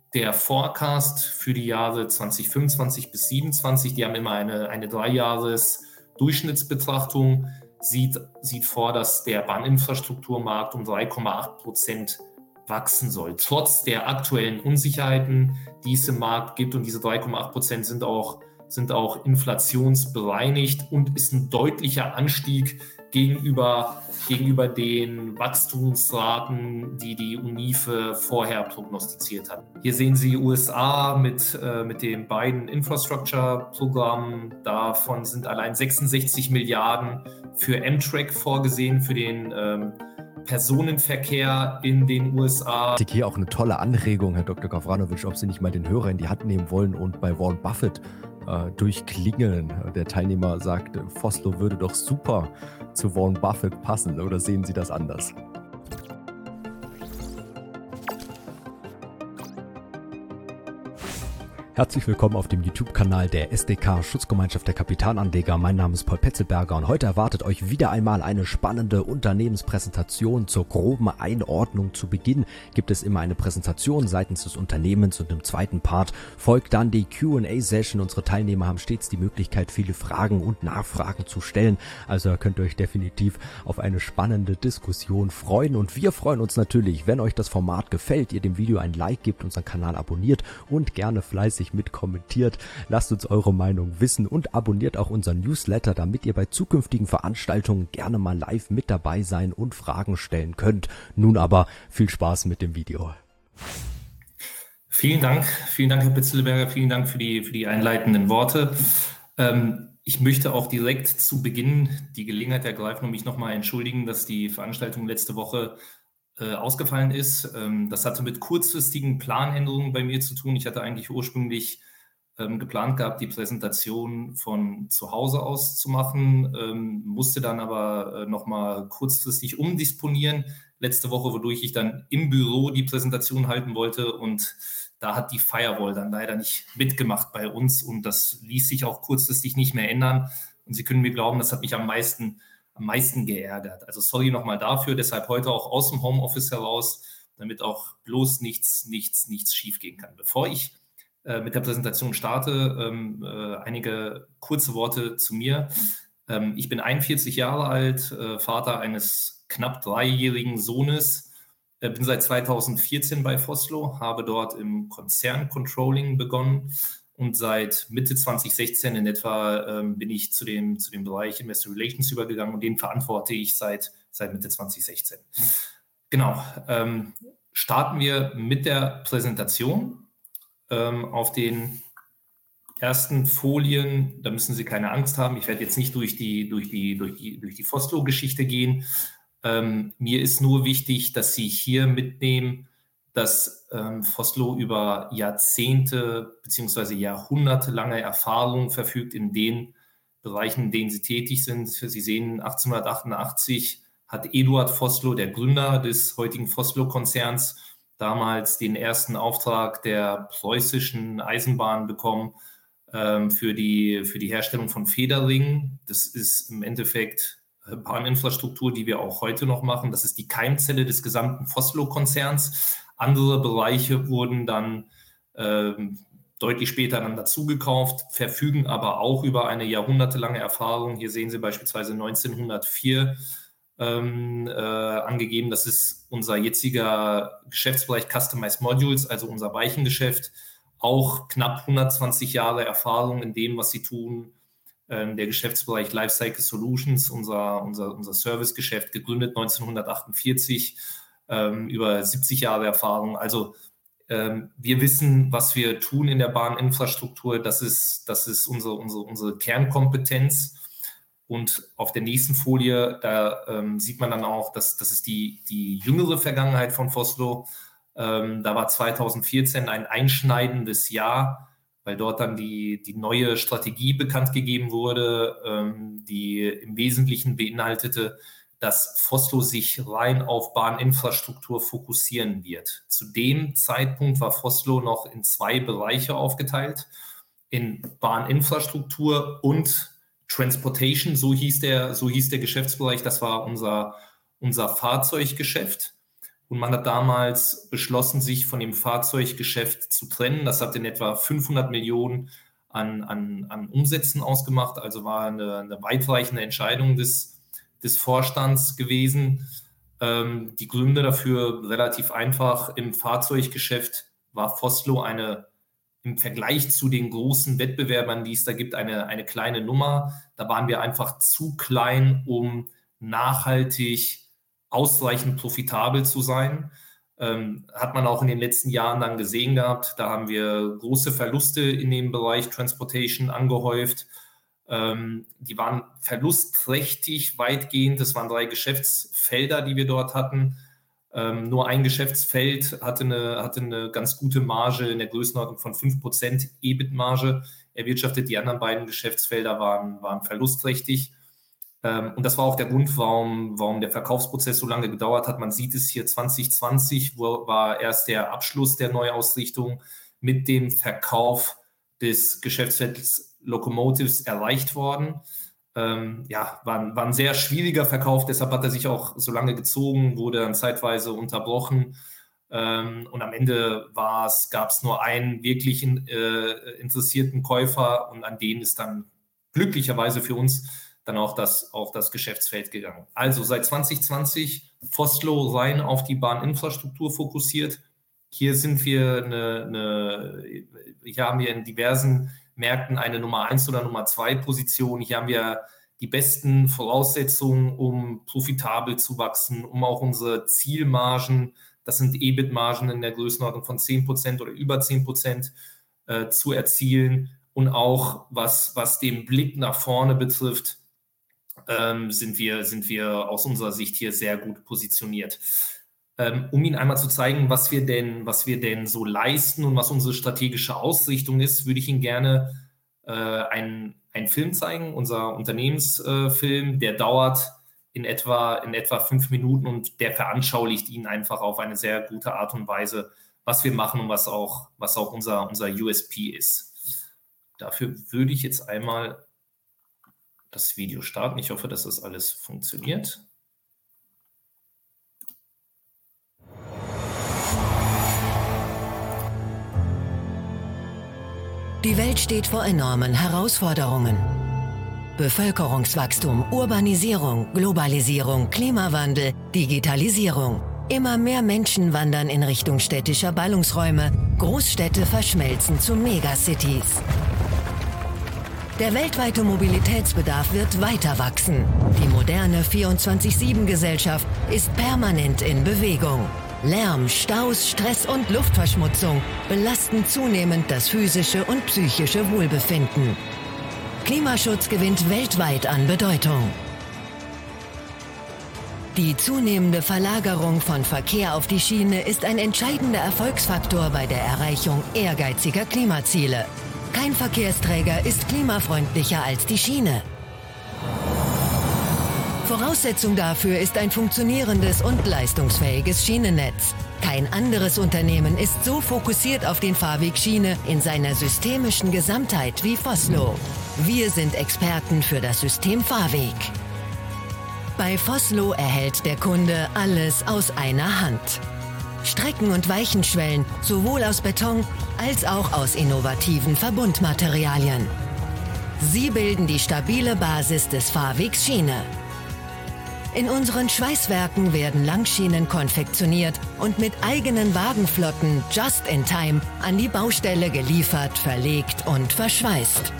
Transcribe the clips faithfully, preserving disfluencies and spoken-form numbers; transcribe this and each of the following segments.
der Forecast für die Jahre zwanzig fünfundzwanzig bis siebenundzwanzig, die haben immer eine, eine Dreijahres-Durchschnittsbetrachtung, sieht, sieht vor, dass der Bahninfrastrukturmarkt um drei Komma acht Prozent wachsen soll. Trotz der aktuellen Unsicherheiten, die es im Markt gibt, und diese drei Komma acht Prozent sind auch, sind auch inflationsbereinigt und ist ein deutlicher Anstieg gegenüber, gegenüber den Wachstumsraten, die die UNIFE vorher prognostiziert hat. Hier sehen Sie U S A mit, äh, mit den beiden Infrastructure-Programmen. Davon sind allein sechsundsechzig Milliarden für Amtrak vorgesehen, für den ähm, Personenverkehr in den U S A. Hier auch eine tolle Anregung, Herr Doktor Gawranovic, ob Sie nicht mal den Hörer in die Hand nehmen wollen und bei Warren Buffett äh, durchklingeln. Der Teilnehmer sagt, Vossloh würde doch super zu Warren Buffett passen, oder sehen Sie das anders? Herzlich willkommen auf dem YouTube-Kanal der S D K Schutzgemeinschaft der Kapitalanleger. Mein Name ist Paul Petzelberger und heute erwartet euch wieder einmal eine spannende Unternehmenspräsentation. Zur groben Einordnung zu Beginn gibt es immer eine Präsentation seitens des Unternehmens und im zweiten Part folgt dann die Q und A-Session. Unsere Teilnehmer haben stets die Möglichkeit, viele Fragen und Nachfragen zu stellen. Also könnt ihr euch definitiv auf eine spannende Diskussion freuen. Und wir freuen uns natürlich, wenn euch das Format gefällt, ihr dem Video ein Like gebt, unseren Kanal abonniert und gerne fleißig mit kommentiert. Lasst uns eure Meinung wissen und abonniert auch unseren Newsletter, damit ihr bei zukünftigen Veranstaltungen gerne mal live mit dabei sein und Fragen stellen könnt. Nun aber viel Spaß mit dem Video. Vielen Dank, vielen Dank, Herr Petzelberger, vielen Dank für die, für die einleitenden Worte. Ähm, ich möchte auch direkt zu Beginn die Gelegenheit ergreifen und mich nochmal entschuldigen, dass die Veranstaltung letzte Woche ausgefallen ist. Das hatte mit kurzfristigen Planänderungen bei mir zu tun. Ich hatte eigentlich ursprünglich ähm, geplant gehabt, die Präsentation von zu Hause aus zu machen, ähm, musste dann aber äh, nochmal kurzfristig umdisponieren letzte Woche, wodurch ich dann im Büro die Präsentation halten wollte, und da hat die Firewall dann leider nicht mitgemacht bei uns und das ließ sich auch kurzfristig nicht mehr ändern, und Sie können mir glauben, das hat mich am meisten am meisten geärgert. Also sorry nochmal dafür, deshalb heute auch aus dem Homeoffice heraus, damit auch bloß nichts, nichts, nichts schief gehen kann. Bevor ich äh, mit der Präsentation starte, ähm, äh, einige kurze Worte zu mir. Ähm, ich bin einundvierzig Jahre alt, äh, Vater eines knapp dreijährigen Sohnes, äh, bin seit zweitausendvierzehn bei Vossloh, habe dort im Konzerncontrolling begonnen. Und seit Mitte zwanzig sechzehn in etwa ähm, bin ich zu dem, zu dem Bereich Investor Relations übergegangen und den verantworte ich seit, seit Mitte zwanzig sechzehn. Genau, ähm, starten wir mit der Präsentation. Ähm, auf den ersten Folien, da müssen Sie keine Angst haben, ich werde jetzt nicht durch die, durch die, durch die, durch die Vossloh-Geschichte gehen. Ähm, mir ist nur wichtig, dass Sie hier mitnehmen, dass ähm, Vossloh über Jahrzehnte bzw. jahrhundertelange Erfahrung verfügt in den Bereichen, in denen sie tätig sind. Sie sehen, achtzehnhundertachtundachtzig hat Eduard Vossloh, der Gründer des heutigen Vossloh-Konzerns, damals den ersten Auftrag der preußischen Eisenbahn bekommen ähm, für, die, für die Herstellung von Federringen. Das ist im Endeffekt Bahninfrastruktur, die wir auch heute noch machen. Das ist die Keimzelle des gesamten Vossloh-Konzerns. Andere Bereiche wurden dann ähm, deutlich später dann dazugekauft, verfügen aber auch über eine jahrhundertelange Erfahrung. Hier sehen Sie beispielsweise neunzehnhundertvier ähm, äh, angegeben. Das ist unser jetziger Geschäftsbereich Customized Modules, also unser Weichengeschäft. Auch knapp hundertzwanzig Jahre Erfahrung in dem, was sie tun. Ähm, der Geschäftsbereich Lifecycle Solutions, unser, unser, unser Servicegeschäft, gegründet neunzehnhundertachtundvierzig. Über siebzig Jahre Erfahrung. Also ähm, wir wissen, was wir tun in der Bahninfrastruktur. Das ist, das ist unsere, unsere, unsere Kernkompetenz. Und auf der nächsten Folie, da ähm, sieht man dann auch, dass das ist die, die jüngere Vergangenheit von Vossloh. Ähm, da war zweitausendvierzehn ein einschneidendes Jahr, weil dort dann die, die neue Strategie bekannt gegeben wurde, ähm, die im Wesentlichen beinhaltete, dass Vossloh sich rein auf Bahninfrastruktur fokussieren wird. Zu dem Zeitpunkt war Vossloh noch in zwei Bereiche aufgeteilt, in Bahninfrastruktur und Transportation, so hieß der, so hieß der Geschäftsbereich, das war unser, unser Fahrzeuggeschäft. und man hat damals beschlossen, sich von dem Fahrzeuggeschäft zu trennen. Das hat in etwa fünfhundert Millionen an, an, an Umsätzen ausgemacht, also war eine, eine weitreichende Entscheidung des, des Vorstands gewesen. Ähm, die Gründe dafür relativ einfach. Im Fahrzeuggeschäft war Vossloh eine im Vergleich zu den großen Wettbewerbern, die es da gibt, eine, eine kleine Nummer. Da waren wir einfach zu klein, um nachhaltig ausreichend profitabel zu sein. Ähm, hat man auch in den letzten Jahren dann gesehen gehabt. Da haben wir große Verluste in dem Bereich Transportation angehäuft. Ähm, die waren verlustträchtig weitgehend. Das waren drei Geschäftsfelder, die wir dort hatten. Ähm, nur ein Geschäftsfeld hatte eine, hatte eine ganz gute Marge in der Größenordnung von fünf Prozent E B I T-Marge erwirtschaftet. Die anderen beiden Geschäftsfelder waren, waren verlustträchtig. Ähm, und das war auch der Grund, warum, warum der Verkaufsprozess so lange gedauert hat. Man sieht es hier zwanzig zwanzig, wo war erst der Abschluss der Neuausrichtung mit dem Verkauf des Geschäftsfelds Locomotives erreicht worden. Ähm, ja, war, war ein sehr schwieriger Verkauf, deshalb hat er sich auch so lange gezogen, wurde dann zeitweise unterbrochen. Ähm, und am Ende gab es nur einen wirklich in, äh, interessierten Käufer und an den ist dann glücklicherweise für uns dann auch das, auch das Geschäftsfeld gegangen. Also seit zwanzig zwanzig Vossloh rein auf die Bahninfrastruktur fokussiert. Hier sind wir eine, eine, hier haben wir in diversen Märkten eine Nummer eins oder Nummer zwei Position. Hier haben wir die besten Voraussetzungen, um profitabel zu wachsen, um auch unsere Zielmargen, das sind E B I T-Margen in der Größenordnung von zehn Prozent oder über zehn Prozent äh, zu erzielen. Und auch was, was den Blick nach vorne betrifft, ähm, sind wir, sind wir aus unserer Sicht hier sehr gut positioniert. Ähm, um Ihnen einmal zu zeigen, was wir denn, was wir denn so leisten und was unsere strategische Ausrichtung ist, würde ich Ihnen gerne äh, einen, einen Film zeigen, unser Unternehmensfilm, äh, der dauert in etwa, in etwa fünf Minuten und der veranschaulicht Ihnen einfach auf eine sehr gute Art und Weise, was wir machen und was auch, was auch unser, unser U S P ist. Dafür würde ich jetzt einmal das Video starten. Ich hoffe, dass das alles funktioniert. Die Welt steht vor enormen Herausforderungen. Bevölkerungswachstum, Urbanisierung, Globalisierung, Klimawandel, Digitalisierung. Immer mehr Menschen wandern in Richtung städtischer Ballungsräume. Großstädte verschmelzen zu Megacities. Der weltweite Mobilitätsbedarf wird weiter wachsen. Die moderne vierundzwanzig sieben Gesellschaft ist permanent in Bewegung. Lärm, Staus, Stress und Luftverschmutzung belasten zunehmend das physische und psychische Wohlbefinden. Klimaschutz gewinnt weltweit an Bedeutung. Die zunehmende Verlagerung von Verkehr auf die Schiene ist ein entscheidender Erfolgsfaktor bei der Erreichung ehrgeiziger Klimaziele. Kein Verkehrsträger ist klimafreundlicher als die Schiene. Voraussetzung dafür ist ein funktionierendes und leistungsfähiges Schienennetz. Kein anderes Unternehmen ist so fokussiert auf den Fahrweg Schiene in seiner systemischen Gesamtheit wie Vossloh. Wir sind Experten für das System Fahrweg. Bei Vossloh erhält der Kunde alles aus einer Hand. Strecken- und Weichenschwellen sowohl aus Beton als auch aus innovativen Verbundmaterialien. Sie bilden die stabile Basis des Fahrwegs Schiene. In unseren Schweißwerken werden Langschienen konfektioniert und mit eigenen Wagenflotten just in time an die Baustelle geliefert, verlegt und verschweißt.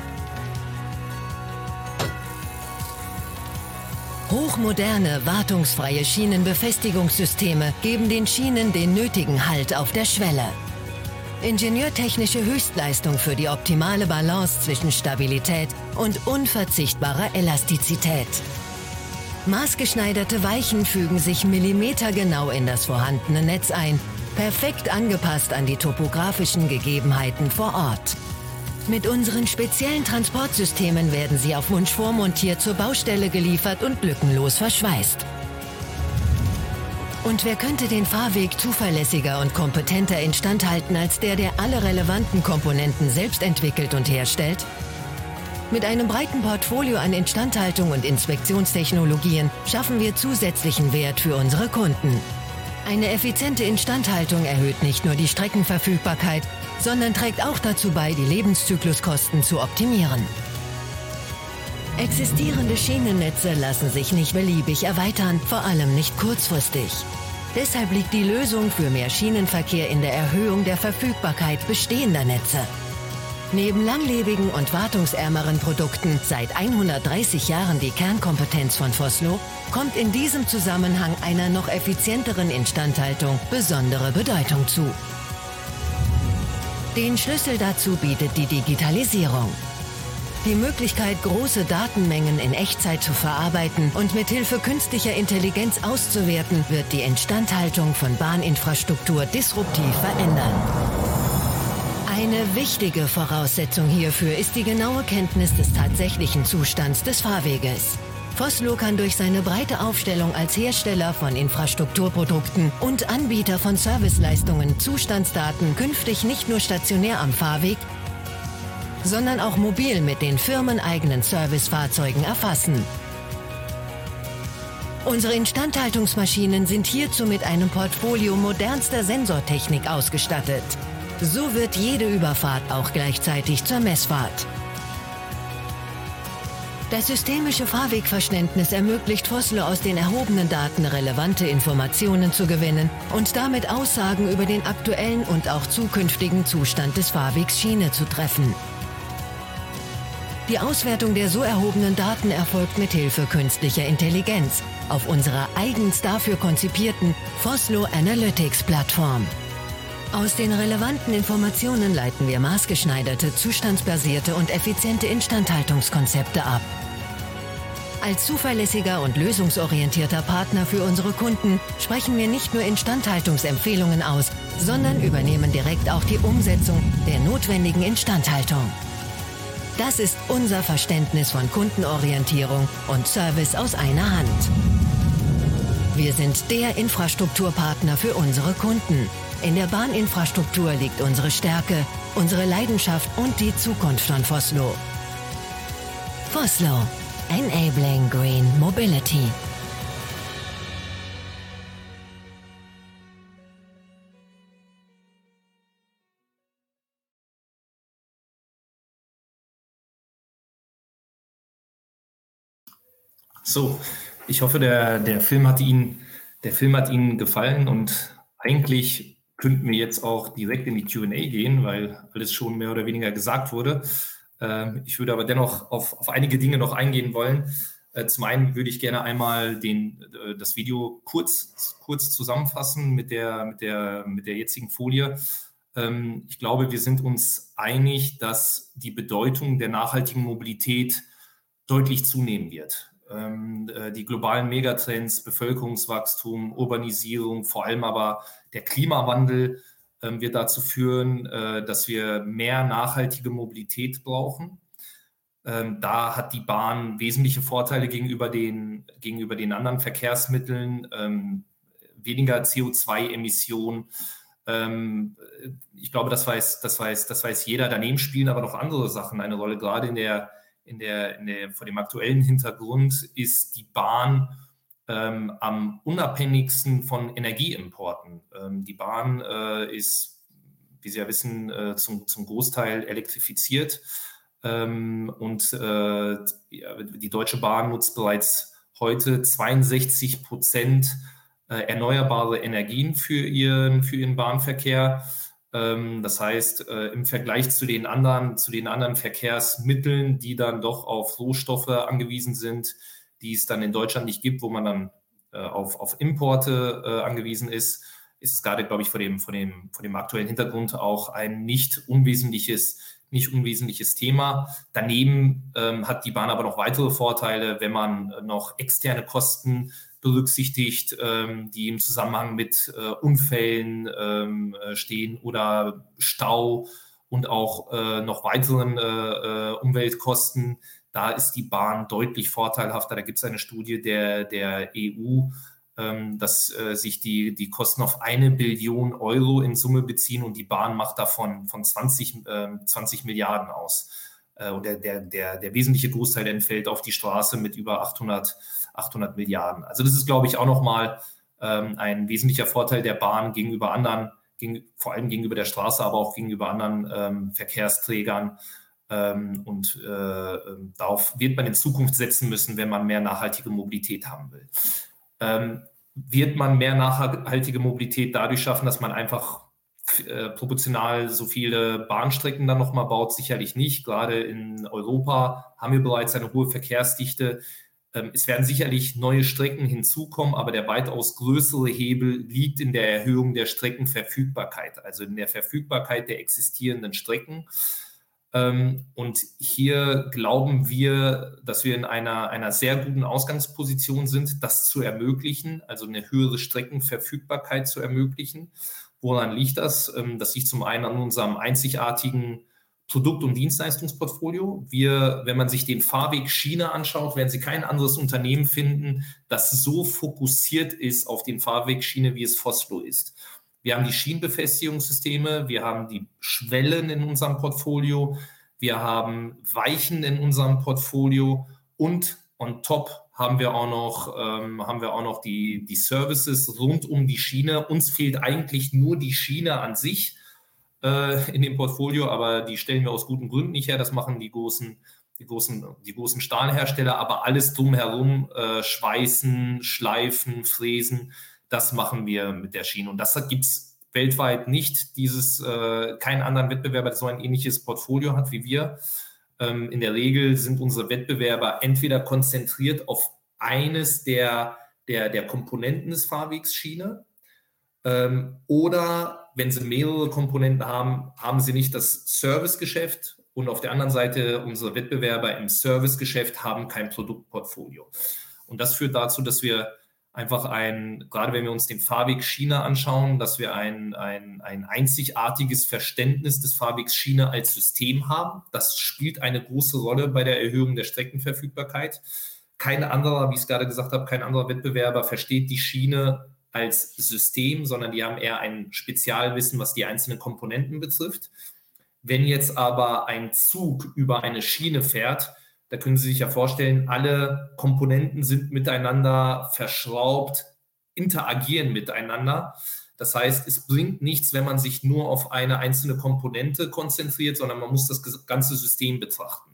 Hochmoderne, wartungsfreie Schienenbefestigungssysteme geben den Schienen den nötigen Halt auf der Schwelle. Ingenieurtechnische Höchstleistung für die optimale Balance zwischen Stabilität und unverzichtbarer Elastizität. Maßgeschneiderte Weichen fügen sich millimetergenau in das vorhandene Netz ein, perfekt angepasst an die topografischen Gegebenheiten vor Ort. Mit unseren speziellen Transportsystemen werden sie auf Wunsch vormontiert zur Baustelle geliefert und lückenlos verschweißt. Und wer könnte den Fahrweg zuverlässiger und kompetenter instand halten als der, der alle relevanten Komponenten selbst entwickelt und herstellt? Mit einem breiten Portfolio an Instandhaltung und Inspektionstechnologien schaffen wir zusätzlichen Wert für unsere Kunden. Eine effiziente Instandhaltung erhöht nicht nur die Streckenverfügbarkeit, sondern trägt auch dazu bei, die Lebenszykluskosten zu optimieren. Existierende Schienennetze lassen sich nicht beliebig erweitern, vor allem nicht kurzfristig. Deshalb liegt die Lösung für mehr Schienenverkehr in der Erhöhung der Verfügbarkeit bestehender Netze. Neben langlebigen und wartungsärmeren Produkten, seit hundertdreißig Jahren die Kernkompetenz von Vossloh, kommt in diesem Zusammenhang einer noch effizienteren Instandhaltung besondere Bedeutung zu. Den Schlüssel dazu bietet die Digitalisierung. Die Möglichkeit, große Datenmengen in Echtzeit zu verarbeiten und mithilfe künstlicher Intelligenz auszuwerten, wird die Instandhaltung von Bahninfrastruktur disruptiv verändern. Eine wichtige Voraussetzung hierfür ist die genaue Kenntnis des tatsächlichen Zustands des Fahrweges. Vossloh kann durch seine breite Aufstellung als Hersteller von Infrastrukturprodukten und Anbieter von Serviceleistungen Zustandsdaten künftig nicht nur stationär am Fahrweg, sondern auch mobil mit den firmeneigenen Servicefahrzeugen erfassen. Unsere Instandhaltungsmaschinen sind hierzu mit einem Portfolio modernster Sensortechnik ausgestattet. So wird jede Überfahrt auch gleichzeitig zur Messfahrt. Das systemische Fahrwegverständnis ermöglicht Vossloh aus den erhobenen Daten relevante Informationen zu gewinnen und damit Aussagen über den aktuellen und auch zukünftigen Zustand des Fahrwegs Schiene zu treffen. Die Auswertung der so erhobenen Daten erfolgt mit Hilfe künstlicher Intelligenz auf unserer eigens dafür konzipierten Vossloh Analytics Plattform. Aus den relevanten Informationen leiten wir maßgeschneiderte, zustandsbasierte und effiziente Instandhaltungskonzepte ab. Als zuverlässiger und lösungsorientierter Partner für unsere Kunden sprechen wir nicht nur Instandhaltungsempfehlungen aus, sondern übernehmen direkt auch die Umsetzung der notwendigen Instandhaltung. Das ist unser Verständnis von Kundenorientierung und Service aus einer Hand. Wir sind der Infrastrukturpartner für unsere Kunden. In der Bahninfrastruktur liegt unsere Stärke, unsere Leidenschaft und die Zukunft von Vossloh. Vossloh, enabling green mobility. So, ich hoffe, der, der, Film hat Ihnen, der Film hat Ihnen gefallen und eigentlich könnten wir jetzt auch direkt in die Q und A gehen, weil alles schon mehr oder weniger gesagt wurde. Ähm, ich würde aber dennoch auf, auf einige Dinge noch eingehen wollen. Äh, zum einen würde ich gerne einmal den, äh, das Video kurz, kurz zusammenfassen mit der, mit der, mit der jetzigen Folie. Ähm, ich glaube, wir sind uns einig, dass die Bedeutung der nachhaltigen Mobilität deutlich zunehmen wird. Die globalen Megatrends, Bevölkerungswachstum, Urbanisierung, vor allem aber der Klimawandel wird dazu führen, dass wir mehr nachhaltige Mobilität brauchen. Da hat die Bahn wesentliche Vorteile gegenüber den, gegenüber den anderen Verkehrsmitteln, weniger C O zwei Emissionen. Ich glaube, das weiß, das weiß, das weiß jeder. Daneben spielen aber noch andere Sachen eine Rolle, gerade in der In der, in der, vor dem aktuellen Hintergrund ist die Bahn ähm, am unabhängigsten von Energieimporten. Ähm, die Bahn äh, ist, wie Sie ja wissen, äh, zum, zum Großteil elektrifiziert. Ähm, und äh, die Deutsche Bahn nutzt bereits heute zweiundsechzig Prozent äh, erneuerbare Energien für ihren, für ihren Bahnverkehr. Das heißt, im Vergleich zu den anderen, zu den anderen Verkehrsmitteln, die dann doch auf Rohstoffe angewiesen sind, die es dann in Deutschland nicht gibt, wo man dann auf, auf Importe angewiesen ist, ist es gerade, glaube ich, vor dem, vor dem, vor dem aktuellen Hintergrund auch ein nicht unwesentliches, nicht unwesentliches Thema. Daneben ähm, hat die Bahn aber noch weitere Vorteile, wenn man noch externe Kosten berücksichtigt, ähm, die im Zusammenhang mit äh, Unfällen ähm, stehen oder Stau und auch äh, noch weiteren äh, Umweltkosten. Da ist die Bahn deutlich vorteilhafter. Da gibt es eine Studie der, der E U, ähm, dass äh, sich die, die Kosten auf eine Billion Euro in Summe beziehen und die Bahn macht davon von zwanzig, äh, zwanzig Milliarden aus. Äh, und der, der, der, der wesentliche Großteil entfällt auf die Straße mit über achthundert Milliarden. Also das ist, glaube ich, auch nochmal ähm, ein wesentlicher Vorteil der Bahn gegenüber anderen, gegen, vor allem gegenüber der Straße, aber auch gegenüber anderen ähm, Verkehrsträgern. Ähm, und äh, darauf wird man in Zukunft setzen müssen, wenn man mehr nachhaltige Mobilität haben will. Ähm, wird man mehr nachhaltige Mobilität dadurch schaffen, dass man einfach äh, proportional so viele Bahnstrecken dann nochmal baut? Sicherlich nicht. Gerade in Europa haben wir bereits eine hohe Verkehrsdichte. Ähm, es werden sicherlich neue Strecken hinzukommen, aber der weitaus größere Hebel liegt in der Erhöhung der Streckenverfügbarkeit, also in der Verfügbarkeit der existierenden Strecken. Und hier glauben wir, dass wir in einer, einer sehr guten Ausgangsposition sind, das zu ermöglichen, also eine höhere Streckenverfügbarkeit zu ermöglichen. Woran liegt das? Das liegt zum einen an unserem einzigartigen Produkt- und Dienstleistungsportfolio. Wir, wenn man sich den Fahrweg Schiene anschaut, werden Sie kein anderes Unternehmen finden, das so fokussiert ist auf den Fahrweg Schiene, wie es Vossloh ist. Wir haben die Schienenbefestigungssysteme, wir haben die Schwellen in unserem Portfolio, wir haben Weichen in unserem Portfolio und on top haben wir auch noch, ähm, haben wir auch noch die, die Services rund um die Schiene. Uns fehlt eigentlich nur die Schiene an sich äh, in dem Portfolio, aber die stellen wir aus guten Gründen nicht her. Das machen die großen, die großen, die großen Stahlhersteller, aber alles drumherum, äh, Schweißen, Schleifen, Fräsen, das machen wir mit der Schiene. Und das gibt es weltweit nicht. Dieses, äh, keinen anderen Wettbewerber, der so ein ähnliches Portfolio hat wie wir. Ähm, in der Regel sind unsere Wettbewerber entweder konzentriert auf eines der, der, der Komponenten des Fahrwegs Schiene ähm, oder wenn sie mehrere Komponenten haben, haben sie nicht das Servicegeschäft. Und auf der anderen Seite, unsere Wettbewerber im Servicegeschäft haben kein Produktportfolio. Und das führt dazu, dass wir einfach ein, gerade wenn wir uns den Fahrweg Schiene anschauen, dass wir ein, ein, ein einzigartiges Verständnis des Fahrwegs Schiene als System haben. Das spielt eine große Rolle bei der Erhöhung der Streckenverfügbarkeit. Kein anderer, wie ich es gerade gesagt habe, kein anderer Wettbewerber versteht die Schiene als System, sondern die haben eher ein Spezialwissen, was die einzelnen Komponenten betrifft. Wenn jetzt aber ein Zug über eine Schiene fährt, da können Sie sich ja vorstellen, alle Komponenten sind miteinander verschraubt, interagieren miteinander. Das heißt, es bringt nichts, wenn man sich nur auf eine einzelne Komponente konzentriert, sondern man muss das ganze System betrachten.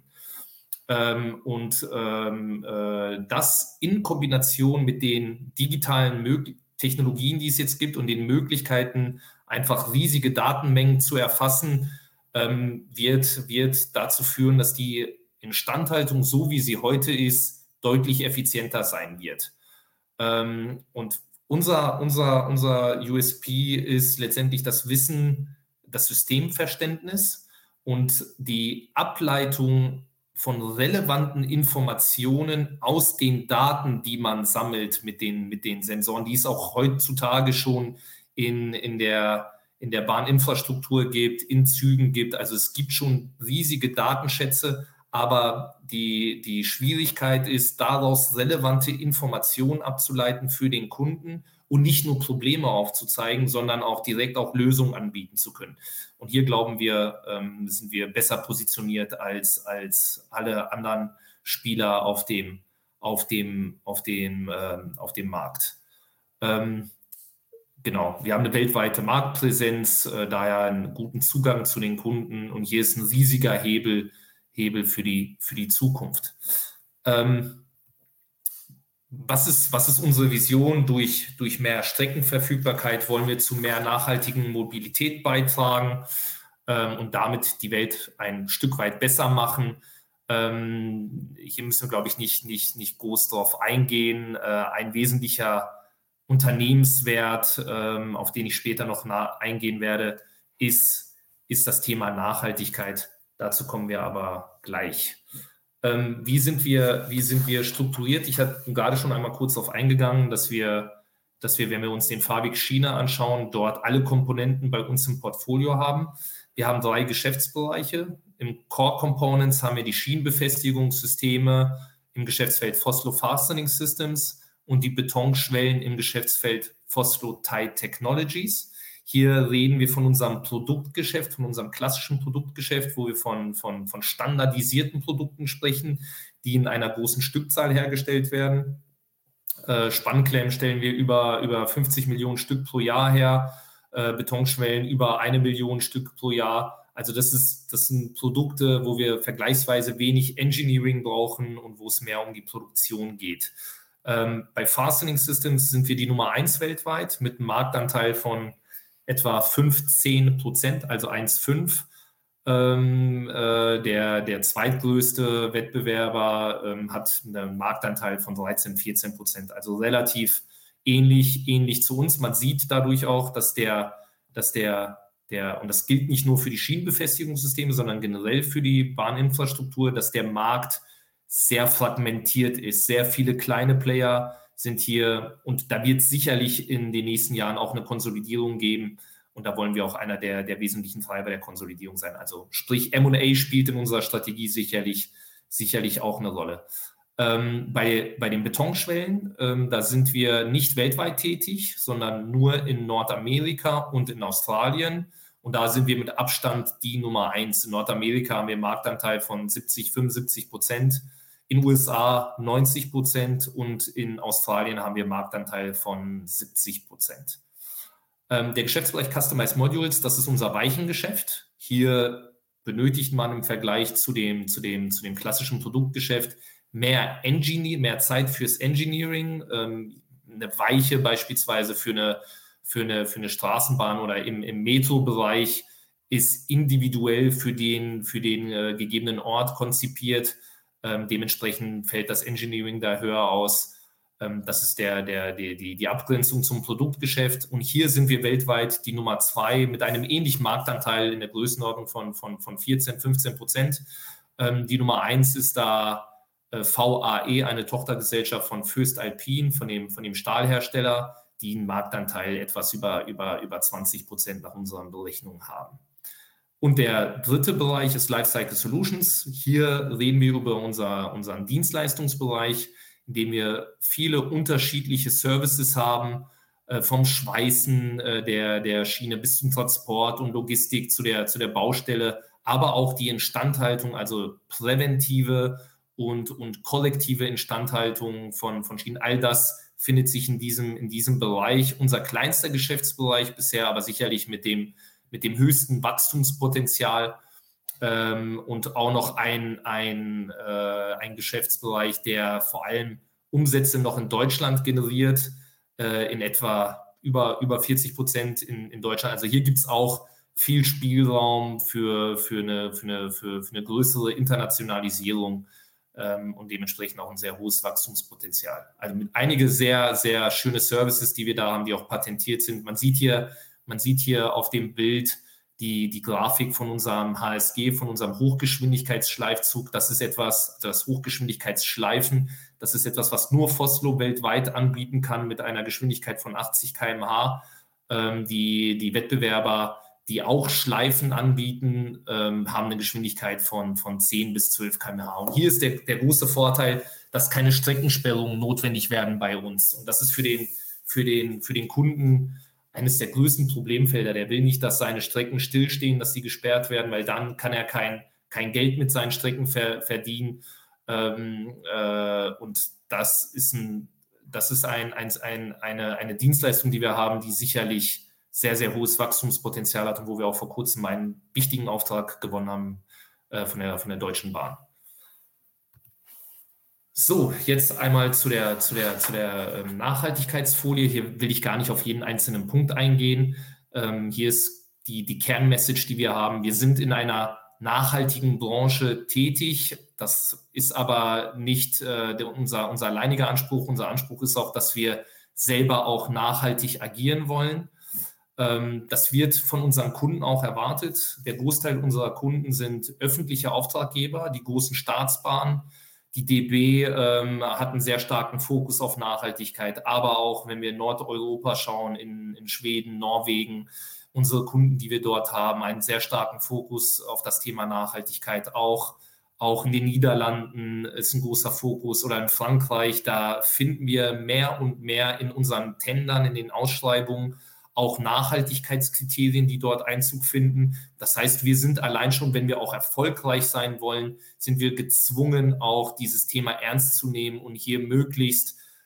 Ähm, und ähm, äh, das in Kombination mit den digitalen Möglichkeiten, Technologien, die es jetzt gibt und den Möglichkeiten, einfach riesige Datenmengen zu erfassen, ähm, wird, wird dazu führen, dass die Instandhaltung, so wie sie heute ist, deutlich effizienter sein wird. Ähm, und unser, unser, unser U S P ist letztendlich das Wissen, das Systemverständnis und die Ableitung von relevanten Informationen aus den Daten, die man sammelt mit den, mit den Sensoren, die es auch heutzutage schon in, in, der, in der Bahninfrastruktur gibt, in Zügen gibt. Also es gibt schon riesige Datenschätze, aber die, die Schwierigkeit ist, daraus relevante Informationen abzuleiten für den Kunden und nicht nur Probleme aufzuzeigen, sondern auch direkt auch Lösungen anbieten zu können. Und hier glauben wir, ähm, sind wir besser positioniert als, als alle anderen Spieler auf dem, auf dem, auf dem, ähm, auf dem Markt. Ähm, genau, wir haben eine weltweite Marktpräsenz, äh, daher einen guten Zugang zu den Kunden und hier ist ein riesiger Hebel, Hebel für die, für die Zukunft. Ähm, Was ist, was ist unsere Vision? Durch, durch mehr Streckenverfügbarkeit wollen wir zu mehr nachhaltigen Mobilität beitragen ähm, und damit die Welt ein Stück weit besser machen. Ähm, hier müssen wir, glaube ich, nicht, nicht, nicht groß darauf eingehen. Äh, ein wesentlicher Unternehmenswert, ähm, auf den ich später noch nah eingehen werde, ist, ist das Thema Nachhaltigkeit. Dazu kommen wir aber gleich. Ähm, wie sind wir, wie sind wir strukturiert? Ich hatte gerade schon einmal kurz darauf eingegangen, dass wir, dass wir, wenn wir uns den Fahrweg Schiene anschauen, dort alle Komponenten bei uns im Portfolio haben. Wir haben drei Geschäftsbereiche. Im Core Components haben wir die Schienenbefestigungssysteme im Geschäftsfeld Vossloh Fastening Systems und die Betonschwellen im Geschäftsfeld Vossloh Tie Technologies. Hier reden wir von unserem Produktgeschäft, von unserem klassischen Produktgeschäft, wo wir von, von, von standardisierten Produkten sprechen, die in einer großen Stückzahl hergestellt werden. Äh, Spannklemmen stellen wir über, über fünfzig Millionen Stück pro Jahr her, äh, Betonschwellen über eine Million Stück pro Jahr. Also das ist, das sind Produkte, wo wir vergleichsweise wenig Engineering brauchen und wo es mehr um die Produktion geht. Ähm, bei Fastening Systems sind wir die Nummer eins weltweit mit einem Marktanteil von etwa fünfzehn Prozent, also eins Komma fünf. Ähm, äh, der, der zweitgrößte Wettbewerber ähm, hat einen Marktanteil von dreizehn, vierzehn Prozent, also relativ ähnlich, ähnlich zu uns. Man sieht dadurch auch, dass der, dass der, der, und das gilt nicht nur für die Schienenbefestigungssysteme, sondern generell für die Bahninfrastruktur, dass der Markt sehr fragmentiert ist. Sehr viele kleine Player sind hier und da wird es sicherlich in den nächsten Jahren auch eine Konsolidierung geben. Und da wollen wir auch einer der, der wesentlichen Treiber der Konsolidierung sein. Also sprich, M und A spielt in unserer Strategie sicherlich, sicherlich auch eine Rolle. Ähm, bei, bei den Betonschwellen, ähm, da sind wir nicht weltweit tätig, sondern nur in Nordamerika und in Australien. Und da sind wir mit Abstand die Nummer eins. In Nordamerika haben wir einen Marktanteil von siebzig, fünfundsiebzig Prozent, in den U S A neunzig Prozent und in Australien haben wir einen Marktanteil von siebzig Prozent. Der Geschäftsbereich Customized Modules, das ist unser Weichengeschäft. Hier benötigt man im Vergleich zu dem, zu dem, zu dem klassischen Produktgeschäft mehr Engineering, mehr Zeit fürs Engineering. Eine Weiche beispielsweise für eine, für eine, für eine Straßenbahn oder im, im Metro-Bereich ist individuell für den, für den äh, gegebenen Ort konzipiert. Ähm, dementsprechend fällt das Engineering da höher aus. Das ist der, der, die, die, die Abgrenzung zum Produktgeschäft. Und hier sind wir weltweit die Nummer zwei mit einem ähnlichen Marktanteil in der Größenordnung von, von, von vierzehn, fünfzehn Prozent. Ähm, die Nummer eins ist da äh, V A E, eine Tochtergesellschaft von Voest-Alpine, von dem, von dem Stahlhersteller, die einen Marktanteil etwas über, über, über zwanzig Prozent nach unseren Berechnungen haben. Und der dritte Bereich ist Lifecycle Solutions. Hier reden wir über unser, unseren Dienstleistungsbereich, in dem wir viele unterschiedliche Services haben, äh, vom Schweißen äh, der, der Schiene bis zum Transport und Logistik zu der, zu der Baustelle, aber auch die Instandhaltung, also präventive und, und kollektive Instandhaltung von, von Schienen. All das findet sich in diesem, in diesem Bereich. Unser kleinster Geschäftsbereich bisher, aber sicherlich mit dem, mit dem höchsten Wachstumspotenzial. Ähm, und auch noch ein, ein, äh, ein Geschäftsbereich, der vor allem Umsätze noch in Deutschland generiert, äh, in etwa über, über vierzig Prozent in, in Deutschland. Also hier gibt es auch viel Spielraum für, für, eine, für, eine, für, für eine größere Internationalisierung ähm, und dementsprechend auch ein sehr hohes Wachstumspotenzial. Also mit einige sehr, sehr schöne Services, die wir da haben, die auch patentiert sind. Man sieht hier, man sieht hier auf dem Bild Die, die Grafik von unserem H S G, von unserem Hochgeschwindigkeitsschleifzug. Das ist etwas, das Hochgeschwindigkeitsschleifen, das ist etwas, was nur Vossloh weltweit anbieten kann mit einer Geschwindigkeit von achtzig Kilometer pro Stunde. Ähm, die, die Wettbewerber, die auch Schleifen anbieten, ähm, haben eine Geschwindigkeit von, von zehn bis zwölf Kilometer pro Stunde. Und hier ist der, der große Vorteil, dass keine Streckensperrungen notwendig werden bei uns. Und das ist für den, für den, für den Kunden eines der größten Problemfelder. Der will nicht, dass seine Strecken stillstehen, dass sie gesperrt werden, weil dann kann er kein, kein Geld mit seinen Strecken ver, verdienen. Ähm, äh, und das ist, ein, das ist ein, ein, ein, eine, eine Dienstleistung, die wir haben, die sicherlich sehr, sehr hohes Wachstumspotenzial hat und wo wir auch vor kurzem einen wichtigen Auftrag gewonnen haben äh, von, der, von der Deutschen Bahn. So, jetzt einmal zu der, zu der, zu der ähm, Nachhaltigkeitsfolie. Hier will ich gar nicht auf jeden einzelnen Punkt eingehen. Ähm, hier ist die, die Kernmessage, die wir haben. Wir sind in einer nachhaltigen Branche tätig. Das ist aber nicht äh, der, unser, unser alleiniger Anspruch. Unser Anspruch ist auch, dass wir selber auch nachhaltig agieren wollen. Ähm, das wird von unseren Kunden auch erwartet. Der Großteil unserer Kunden sind öffentliche Auftraggeber, die großen Staatsbahnen. Die D B ähm, hat einen sehr starken Fokus auf Nachhaltigkeit, aber auch, wenn wir in Nordeuropa schauen, in, in Schweden, Norwegen, unsere Kunden, die wir dort haben, einen sehr starken Fokus auf das Thema Nachhaltigkeit. Auch, auch in den Niederlanden ist ein großer Fokus oder in Frankreich, da finden wir mehr und mehr in unseren Tendern, in den Ausschreibungen auch Nachhaltigkeitskriterien, die dort Einzug finden. Das heißt, wir sind allein schon, wenn wir auch erfolgreich sein wollen, sind wir gezwungen, auch dieses Thema ernst zu nehmen und hier möglichst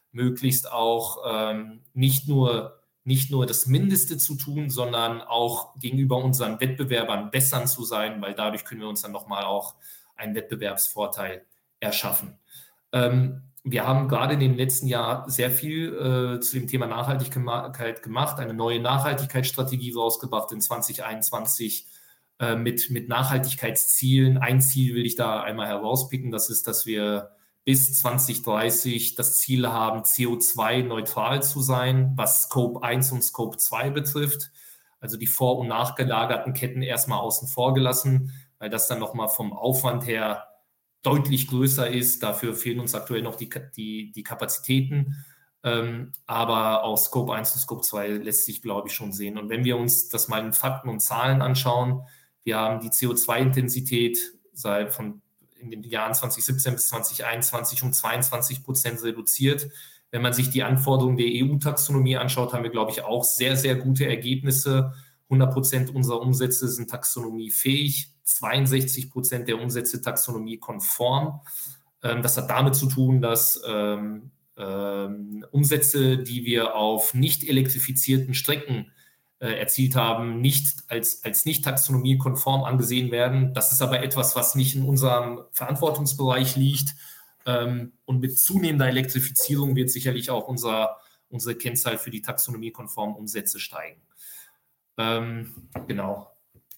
möglichst auch ähm, nicht nur nicht nur das Mindeste zu tun, sondern auch gegenüber unseren Wettbewerbern bessern zu sein, weil dadurch können wir uns dann nochmal auch einen Wettbewerbsvorteil erschaffen. Ähm, wir haben gerade in dem letzten Jahr sehr viel äh, zu dem Thema Nachhaltigkeit gemacht, eine neue Nachhaltigkeitsstrategie rausgebracht in zwanzig einundzwanzig äh, mit, mit Nachhaltigkeitszielen. Ein Ziel will ich da einmal herauspicken, das ist, dass wir bis zwanzig dreißig das Ziel haben, C O zwei neutral zu sein, was Scope eins und Scope zwei betrifft. Also die vor- und nachgelagerten Ketten erstmal außen vor gelassen, weil das dann nochmal vom Aufwand her deutlich größer ist. Dafür fehlen uns aktuell noch die, die, die Kapazitäten. Ähm, aber auch Scope eins und Scope zwei lässt sich, glaube ich, schon sehen. Und wenn wir uns das mal in Fakten und Zahlen anschauen, wir haben die C O zwei Intensität seit von in den Jahren zwanzig siebzehn bis zwanzig einundzwanzig um zweiundzwanzig Prozent reduziert. Wenn man sich die Anforderungen der E U-Taxonomie anschaut, haben wir, glaube ich, auch sehr, sehr gute Ergebnisse. hundert Prozent unserer Umsätze sind taxonomiefähig, zweiundsechzig Prozent der Umsätze taxonomiekonform. Das hat damit zu tun, dass ähm, ähm, Umsätze, die wir auf nicht elektrifizierten Strecken erzielt haben, nicht als, als nicht taxonomiekonform angesehen werden. Das ist aber etwas, was nicht in unserem Verantwortungsbereich liegt. Ähm, und mit zunehmender Elektrifizierung wird sicherlich auch unser, unsere Kennzahl für die taxonomiekonformen Umsätze steigen. Ähm, genau.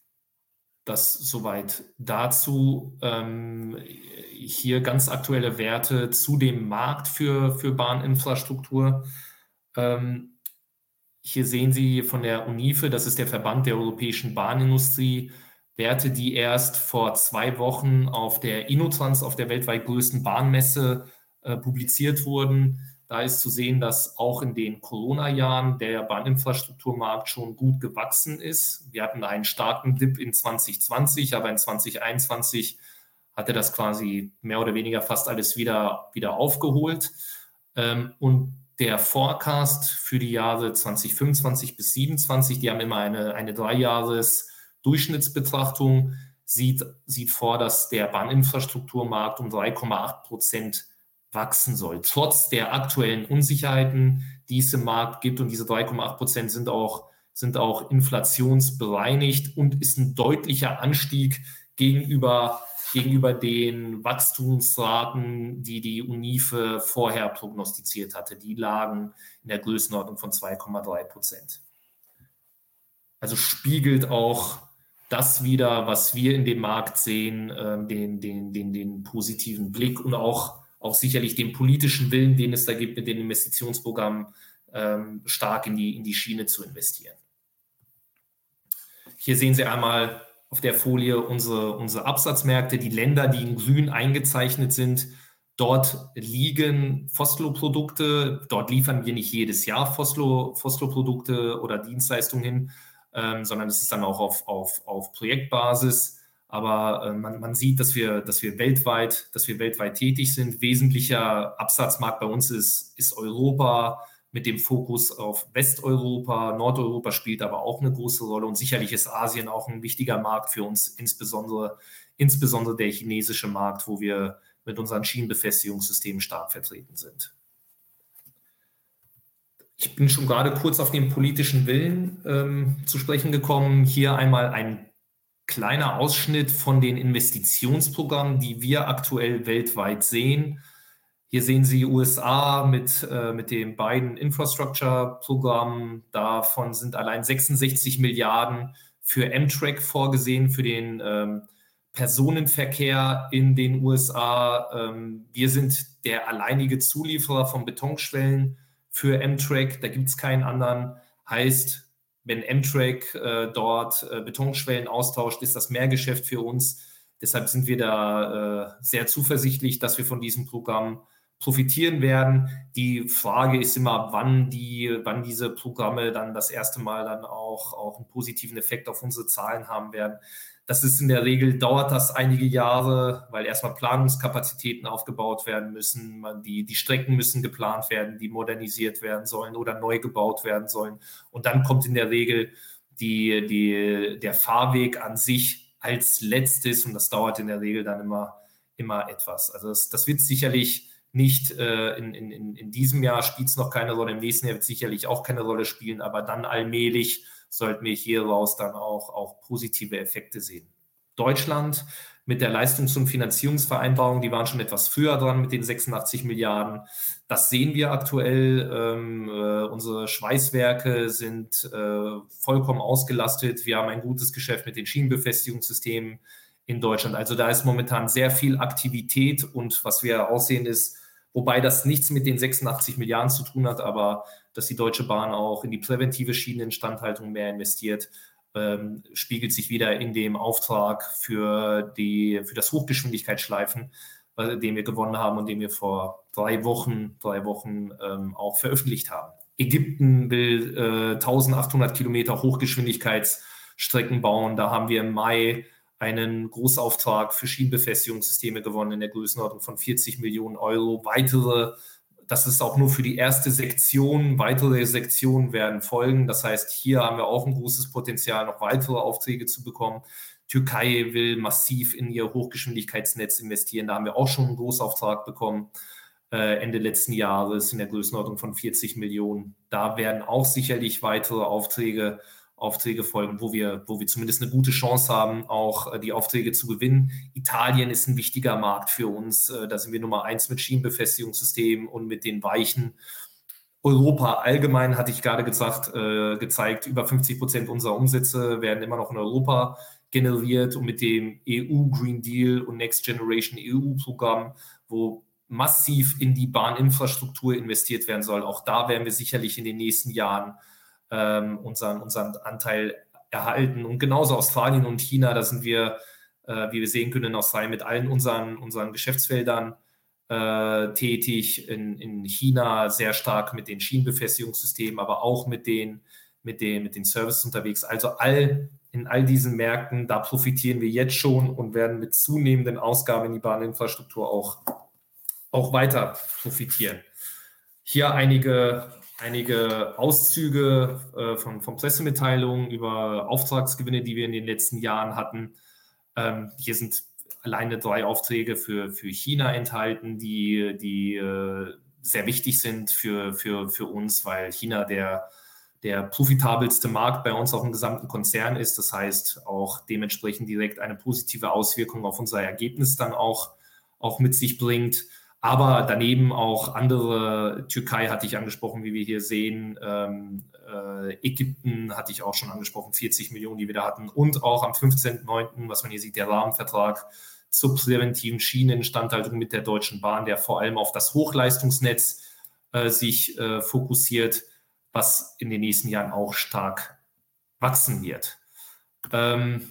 Das soweit dazu. Ähm, hier ganz aktuelle Werte zu dem Markt für, für Bahninfrastruktur. Ähm, Hier sehen Sie von der UNIFE, das ist der Verband der europäischen Bahnindustrie, Werte, die erst vor zwei Wochen auf der InnoTrans, auf der weltweit größten Bahnmesse, äh, publiziert wurden. Da ist zu sehen, dass auch in den Corona-Jahren der Bahninfrastrukturmarkt schon gut gewachsen ist. Wir hatten einen starken Dip in zwanzig zwanzig, aber in zwanzig einundzwanzig hatte das quasi mehr oder weniger fast alles wieder, wieder aufgeholt. Ähm, und der Forecast für die Jahre zwanzig fünfundzwanzig bis siebenundzwanzig, die haben immer eine, eine Dreijahres-Durchschnittsbetrachtung, sieht, sieht vor, dass der Bahninfrastrukturmarkt um drei Komma acht Prozent wachsen soll. Trotz der aktuellen Unsicherheiten, die es im Markt gibt, und diese drei Komma acht Prozent sind auch, sind auch inflationsbereinigt und ist ein deutlicher Anstieg gegenüber gegenüber den Wachstumsraten, die die UNIFE vorher prognostiziert hatte. Die lagen in der Größenordnung von zwei Komma drei Prozent. Also spiegelt auch das wieder, was wir in dem Markt sehen, den, den, den, den positiven Blick und auch, auch sicherlich den politischen Willen, den es da gibt, mit den Investitionsprogrammen stark in die, in die Schiene zu investieren. Hier sehen Sie einmal auf der Folie unsere, unsere Absatzmärkte, die Länder, die in grün eingezeichnet sind. Dort liegen Foslo-Produkte, dort liefern wir nicht jedes Jahr Foslo, Foslo-Produkte oder Dienstleistungen hin, ähm, sondern es ist dann auch auf, auf, auf Projektbasis. Aber äh, man, man sieht, dass wir, dass wir weltweit, dass wir weltweit tätig sind. Wesentlicher Absatzmarkt bei uns ist, ist Europa, mit dem Fokus auf Westeuropa. Nordeuropa spielt aber auch eine große Rolle und sicherlich ist Asien auch ein wichtiger Markt für uns, insbesondere, insbesondere der chinesische Markt, wo wir mit unseren Schienenbefestigungssystemen stark vertreten sind. Ich bin schon gerade kurz auf den politischen Willen ähm, zu sprechen gekommen. Hier einmal ein kleiner Ausschnitt von den Investitionsprogrammen, die wir aktuell weltweit sehen. Hier sehen Sie U S A mit, äh, mit dem Biden Infrastructure-Programm. Davon sind allein sechsundsechzig Milliarden für Amtrak vorgesehen, für den ähm, Personenverkehr in den U S A. Ähm, wir sind der alleinige Zulieferer von Betonschwellen für Amtrak. Da gibt es keinen anderen. Heißt, wenn Amtrak äh, dort äh, Betonschwellen austauscht, ist das Mehrgeschäft für uns. Deshalb sind wir da äh, sehr zuversichtlich, dass wir von diesem Programm profitieren werden. Die Frage ist immer, wann die, wann diese Programme dann das erste Mal dann auch, auch einen positiven Effekt auf unsere Zahlen haben werden. Das ist in der Regel, dauert das einige Jahre, weil erstmal Planungskapazitäten aufgebaut werden müssen. Man, die, die Strecken müssen geplant werden, die modernisiert werden sollen oder neu gebaut werden sollen. Und dann kommt in der Regel die, die, der Fahrweg an sich als letztes und das dauert in der Regel dann immer, immer etwas. Also das, das wird sicherlich nicht äh, in, in, in diesem Jahr spielt es noch keine Rolle, im nächsten Jahr wird es sicherlich auch keine Rolle spielen, aber dann allmählich sollten wir hieraus dann auch, auch positive Effekte sehen. Deutschland mit der Leistungs- und Finanzierungsvereinbarung, die waren schon etwas früher dran mit den sechsundachtzig Milliarden. Das sehen wir aktuell. Ähm, äh, unsere Schweißwerke sind äh, vollkommen ausgelastet. Wir haben ein gutes Geschäft mit den Schienenbefestigungssystemen in Deutschland. Also da ist momentan sehr viel Aktivität und was wir auch sehen ist, wobei das nichts mit den sechsundachtzig Milliarden zu tun hat, aber dass die Deutsche Bahn auch in die präventive Schieneninstandhaltung mehr investiert, ähm, spiegelt sich wieder in dem Auftrag für, die, für das Hochgeschwindigkeitsschleifen, äh, den wir gewonnen haben und den wir vor drei Wochen, drei Wochen ähm, auch veröffentlicht haben. Ägypten will äh, eintausendachthundert Kilometer Hochgeschwindigkeitsstrecken bauen. Da haben wir im Mai einen Großauftrag für Schienenbefestigungssysteme gewonnen in der Größenordnung von vierzig Millionen Euro. Weitere, das ist auch nur für die erste Sektion, weitere Sektionen werden folgen. Das heißt, hier haben wir auch ein großes Potenzial, noch weitere Aufträge zu bekommen. Türkei will massiv in ihr Hochgeschwindigkeitsnetz investieren. Da haben wir auch schon einen Großauftrag bekommen, äh, Ende letzten Jahres in der Größenordnung von vierzig Millionen. Da werden auch sicherlich weitere Aufträge Aufträge folgen, wo wir, wo wir zumindest eine gute Chance haben, auch die Aufträge zu gewinnen. Italien ist ein wichtiger Markt für uns. Da sind wir Nummer eins mit Schienenbefestigungssystemen und mit den Weichen. Europa allgemein, hatte ich gerade gesagt, äh, gezeigt, über fünfzig Prozent unserer Umsätze werden immer noch in Europa generiert und mit dem E U Green Deal und Next Generation E U-Programm, wo massiv in die Bahninfrastruktur investiert werden soll. Auch da werden wir sicherlich in den nächsten Jahren Unseren, unseren Anteil erhalten. Und genauso Australien und China, da sind wir, äh, wie wir sehen können in Australien, mit allen unseren, unseren Geschäftsfeldern äh, tätig. In, in China sehr stark mit den Schienenbefestigungssystemen, aber auch mit den, mit den, mit den Services unterwegs. Also all, in all diesen Märkten, da profitieren wir jetzt schon und werden mit zunehmenden Ausgaben in die Bahninfrastruktur auch, auch weiter profitieren. Hier einige Einige Auszüge äh, von, von Pressemitteilungen über Auftragsgewinne, die wir in den letzten Jahren hatten. Ähm, hier sind alleine drei Aufträge für, für China enthalten, die, die äh, sehr wichtig sind für, für, für uns, weil China der, der profitabelste Markt bei uns auch im gesamten Konzern ist. Das heißt auch dementsprechend direkt eine positive Auswirkung auf unser Ergebnis dann auch, auch mit sich bringt. Aber daneben auch andere, Türkei hatte ich angesprochen, wie wir hier sehen, ähm, äh, Ägypten hatte ich auch schon angesprochen, vierzig Millionen, die wir da hatten. Und auch am fünfzehnten neunten, was man hier sieht, der Rahmenvertrag zur präventiven Schieneninstandhaltung mit der Deutschen Bahn, der vor allem auf das Hochleistungsnetz äh, sich äh, fokussiert, was in den nächsten Jahren auch stark wachsen wird. Ähm,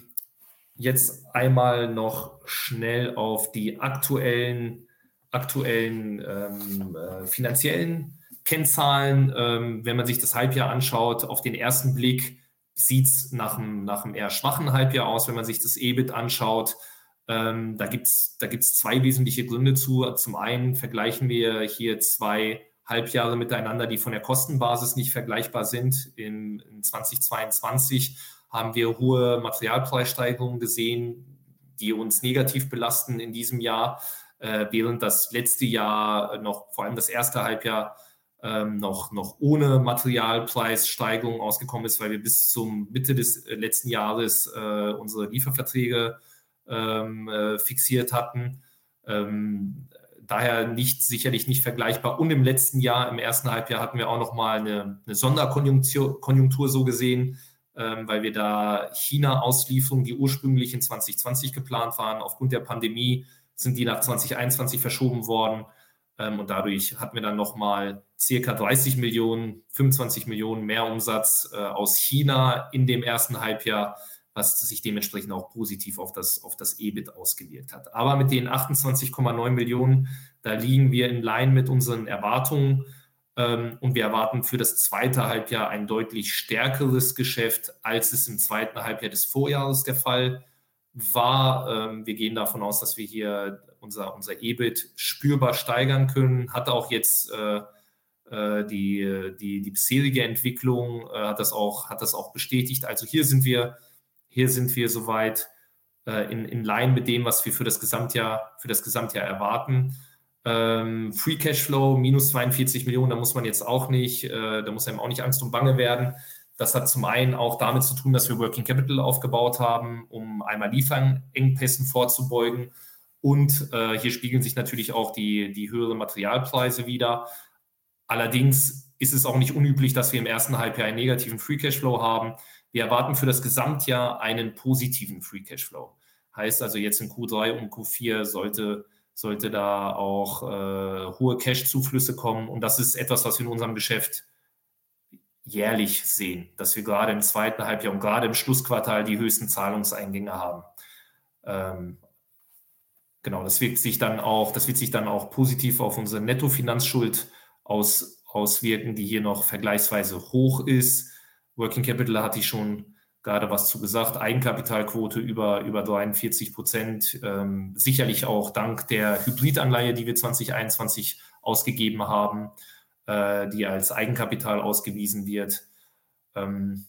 jetzt einmal noch schnell auf die aktuellen aktuellen ähm, äh, finanziellen Kennzahlen. Ähm, wenn man sich das Halbjahr anschaut, auf den ersten Blick sieht es nach einem, nach einem eher schwachen Halbjahr aus. Wenn man sich das E B I T anschaut, ähm, da gibt es da gibt's zwei wesentliche Gründe zu. Zum einen vergleichen wir hier zwei Halbjahre miteinander, die von der Kostenbasis nicht vergleichbar sind. In, in zweitausendzweiundzwanzig haben wir hohe Materialpreissteigerungen gesehen, die uns negativ belasten in diesem Jahr, während das letzte Jahr noch, vor allem das erste Halbjahr, ähm, noch, noch ohne Materialpreissteigerung ausgekommen ist, weil wir bis zum Mitte des letzten Jahres äh, unsere Lieferverträge ähm, äh, fixiert hatten. Ähm, daher nicht, sicherlich nicht vergleichbar. Und im letzten Jahr, im ersten Halbjahr, hatten wir auch nochmal eine, eine Sonderkonjunktur Konjunktur so gesehen, ähm, weil wir da China-Auslieferungen, die ursprünglich in zwanzig zwanzig geplant waren, aufgrund der Pandemie sind die nach zwanzig einundzwanzig verschoben worden. Ähm, und dadurch hatten wir dann nochmal circa dreißig Millionen, fünfundzwanzig Millionen mehr Umsatz äh, aus China in dem ersten Halbjahr, was sich dementsprechend auch positiv auf das, auf das E B I T ausgewirkt hat. Aber mit den achtundzwanzig Komma neun Millionen, da liegen wir in Line mit unseren Erwartungen. Ähm, und wir erwarten für das zweite Halbjahr ein deutlich stärkeres Geschäft, als es im zweiten Halbjahr des Vorjahres der Fall war. Ähm, wir gehen davon aus, dass wir hier unser, unser E B I T spürbar steigern können. Hat auch jetzt äh, äh, die, die, die bisherige Entwicklung, äh, hat, das auch, hat das auch bestätigt. Also hier sind wir, hier sind wir soweit äh, in, in Line mit dem, was wir für das Gesamtjahr, für das Gesamtjahr erwarten. Ähm, Free Cashflow minus zweiundvierzig Millionen, da muss man jetzt auch nicht, äh, da muss einem auch nicht Angst und Bange werden. Das hat zum einen auch damit zu tun, dass wir Working Capital aufgebaut haben, um einmal Lieferengpässen vorzubeugen. Und äh, hier spiegeln sich natürlich auch die, die höheren Materialpreise wider. Allerdings ist es auch nicht unüblich, dass wir im ersten Halbjahr einen negativen Free Cashflow haben. Wir erwarten für das Gesamtjahr einen positiven Free Cashflow. Heißt also jetzt in Q drei und Q vier sollte, sollte da auch äh, hohe Cash-Zuflüsse kommen. Und das ist etwas, was wir in unserem Geschäft jährlich sehen, dass wir gerade im zweiten Halbjahr und gerade im Schlussquartal die höchsten Zahlungseingänge haben. Ähm, genau, das wirkt sich dann auch, das wird sich dann auch positiv auf unsere Nettofinanzschuld aus, auswirken, die hier noch vergleichsweise hoch ist. Working Capital hatte ich schon gerade was zu gesagt, Eigenkapitalquote über, über dreiundvierzig Prozent, ähm, sicherlich auch dank der Hybridanleihe, die wir zwanzig einundzwanzig ausgegeben haben, äh, die als Eigenkapital ausgewiesen wird. Ähm,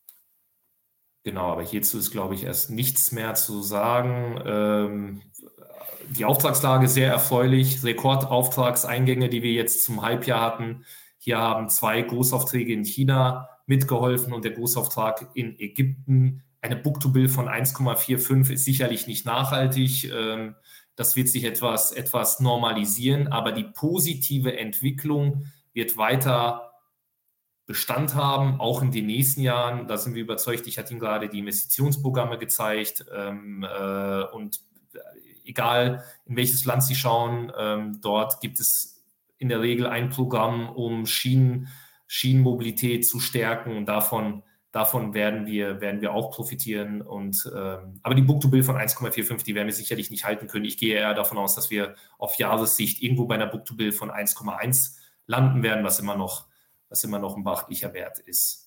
genau, aber hierzu ist, glaube ich, erst nichts mehr zu sagen. Ähm, die Auftragslage sehr erfreulich, Rekordauftragseingänge, die wir jetzt zum Halbjahr hatten. Hier haben zwei Großaufträge in China mitgeholfen und der Großauftrag in Ägypten. Eine Book-to-Bill von eins Komma fünfundvierzig ist sicherlich nicht nachhaltig. Das wird sich etwas, etwas normalisieren, aber die positive Entwicklung wird weiter Bestand haben, auch in den nächsten Jahren. Da sind wir überzeugt. Ich hatte Ihnen gerade die Investitionsprogramme gezeigt und egal in welches Land Sie schauen, dort gibt es in der Regel ein Programm, um Schienen Schienenmobilität zu stärken und davon, davon werden, wir, werden wir auch profitieren. Und, ähm, aber die Book-to-Bill von eins Komma fünfundvierzig, die werden wir sicherlich nicht halten können. Ich gehe eher davon aus, dass wir auf Jahressicht irgendwo bei einer Book-to-Bill von eins Komma eins landen werden, was immer noch, was immer noch ein beachtlicher Wert ist.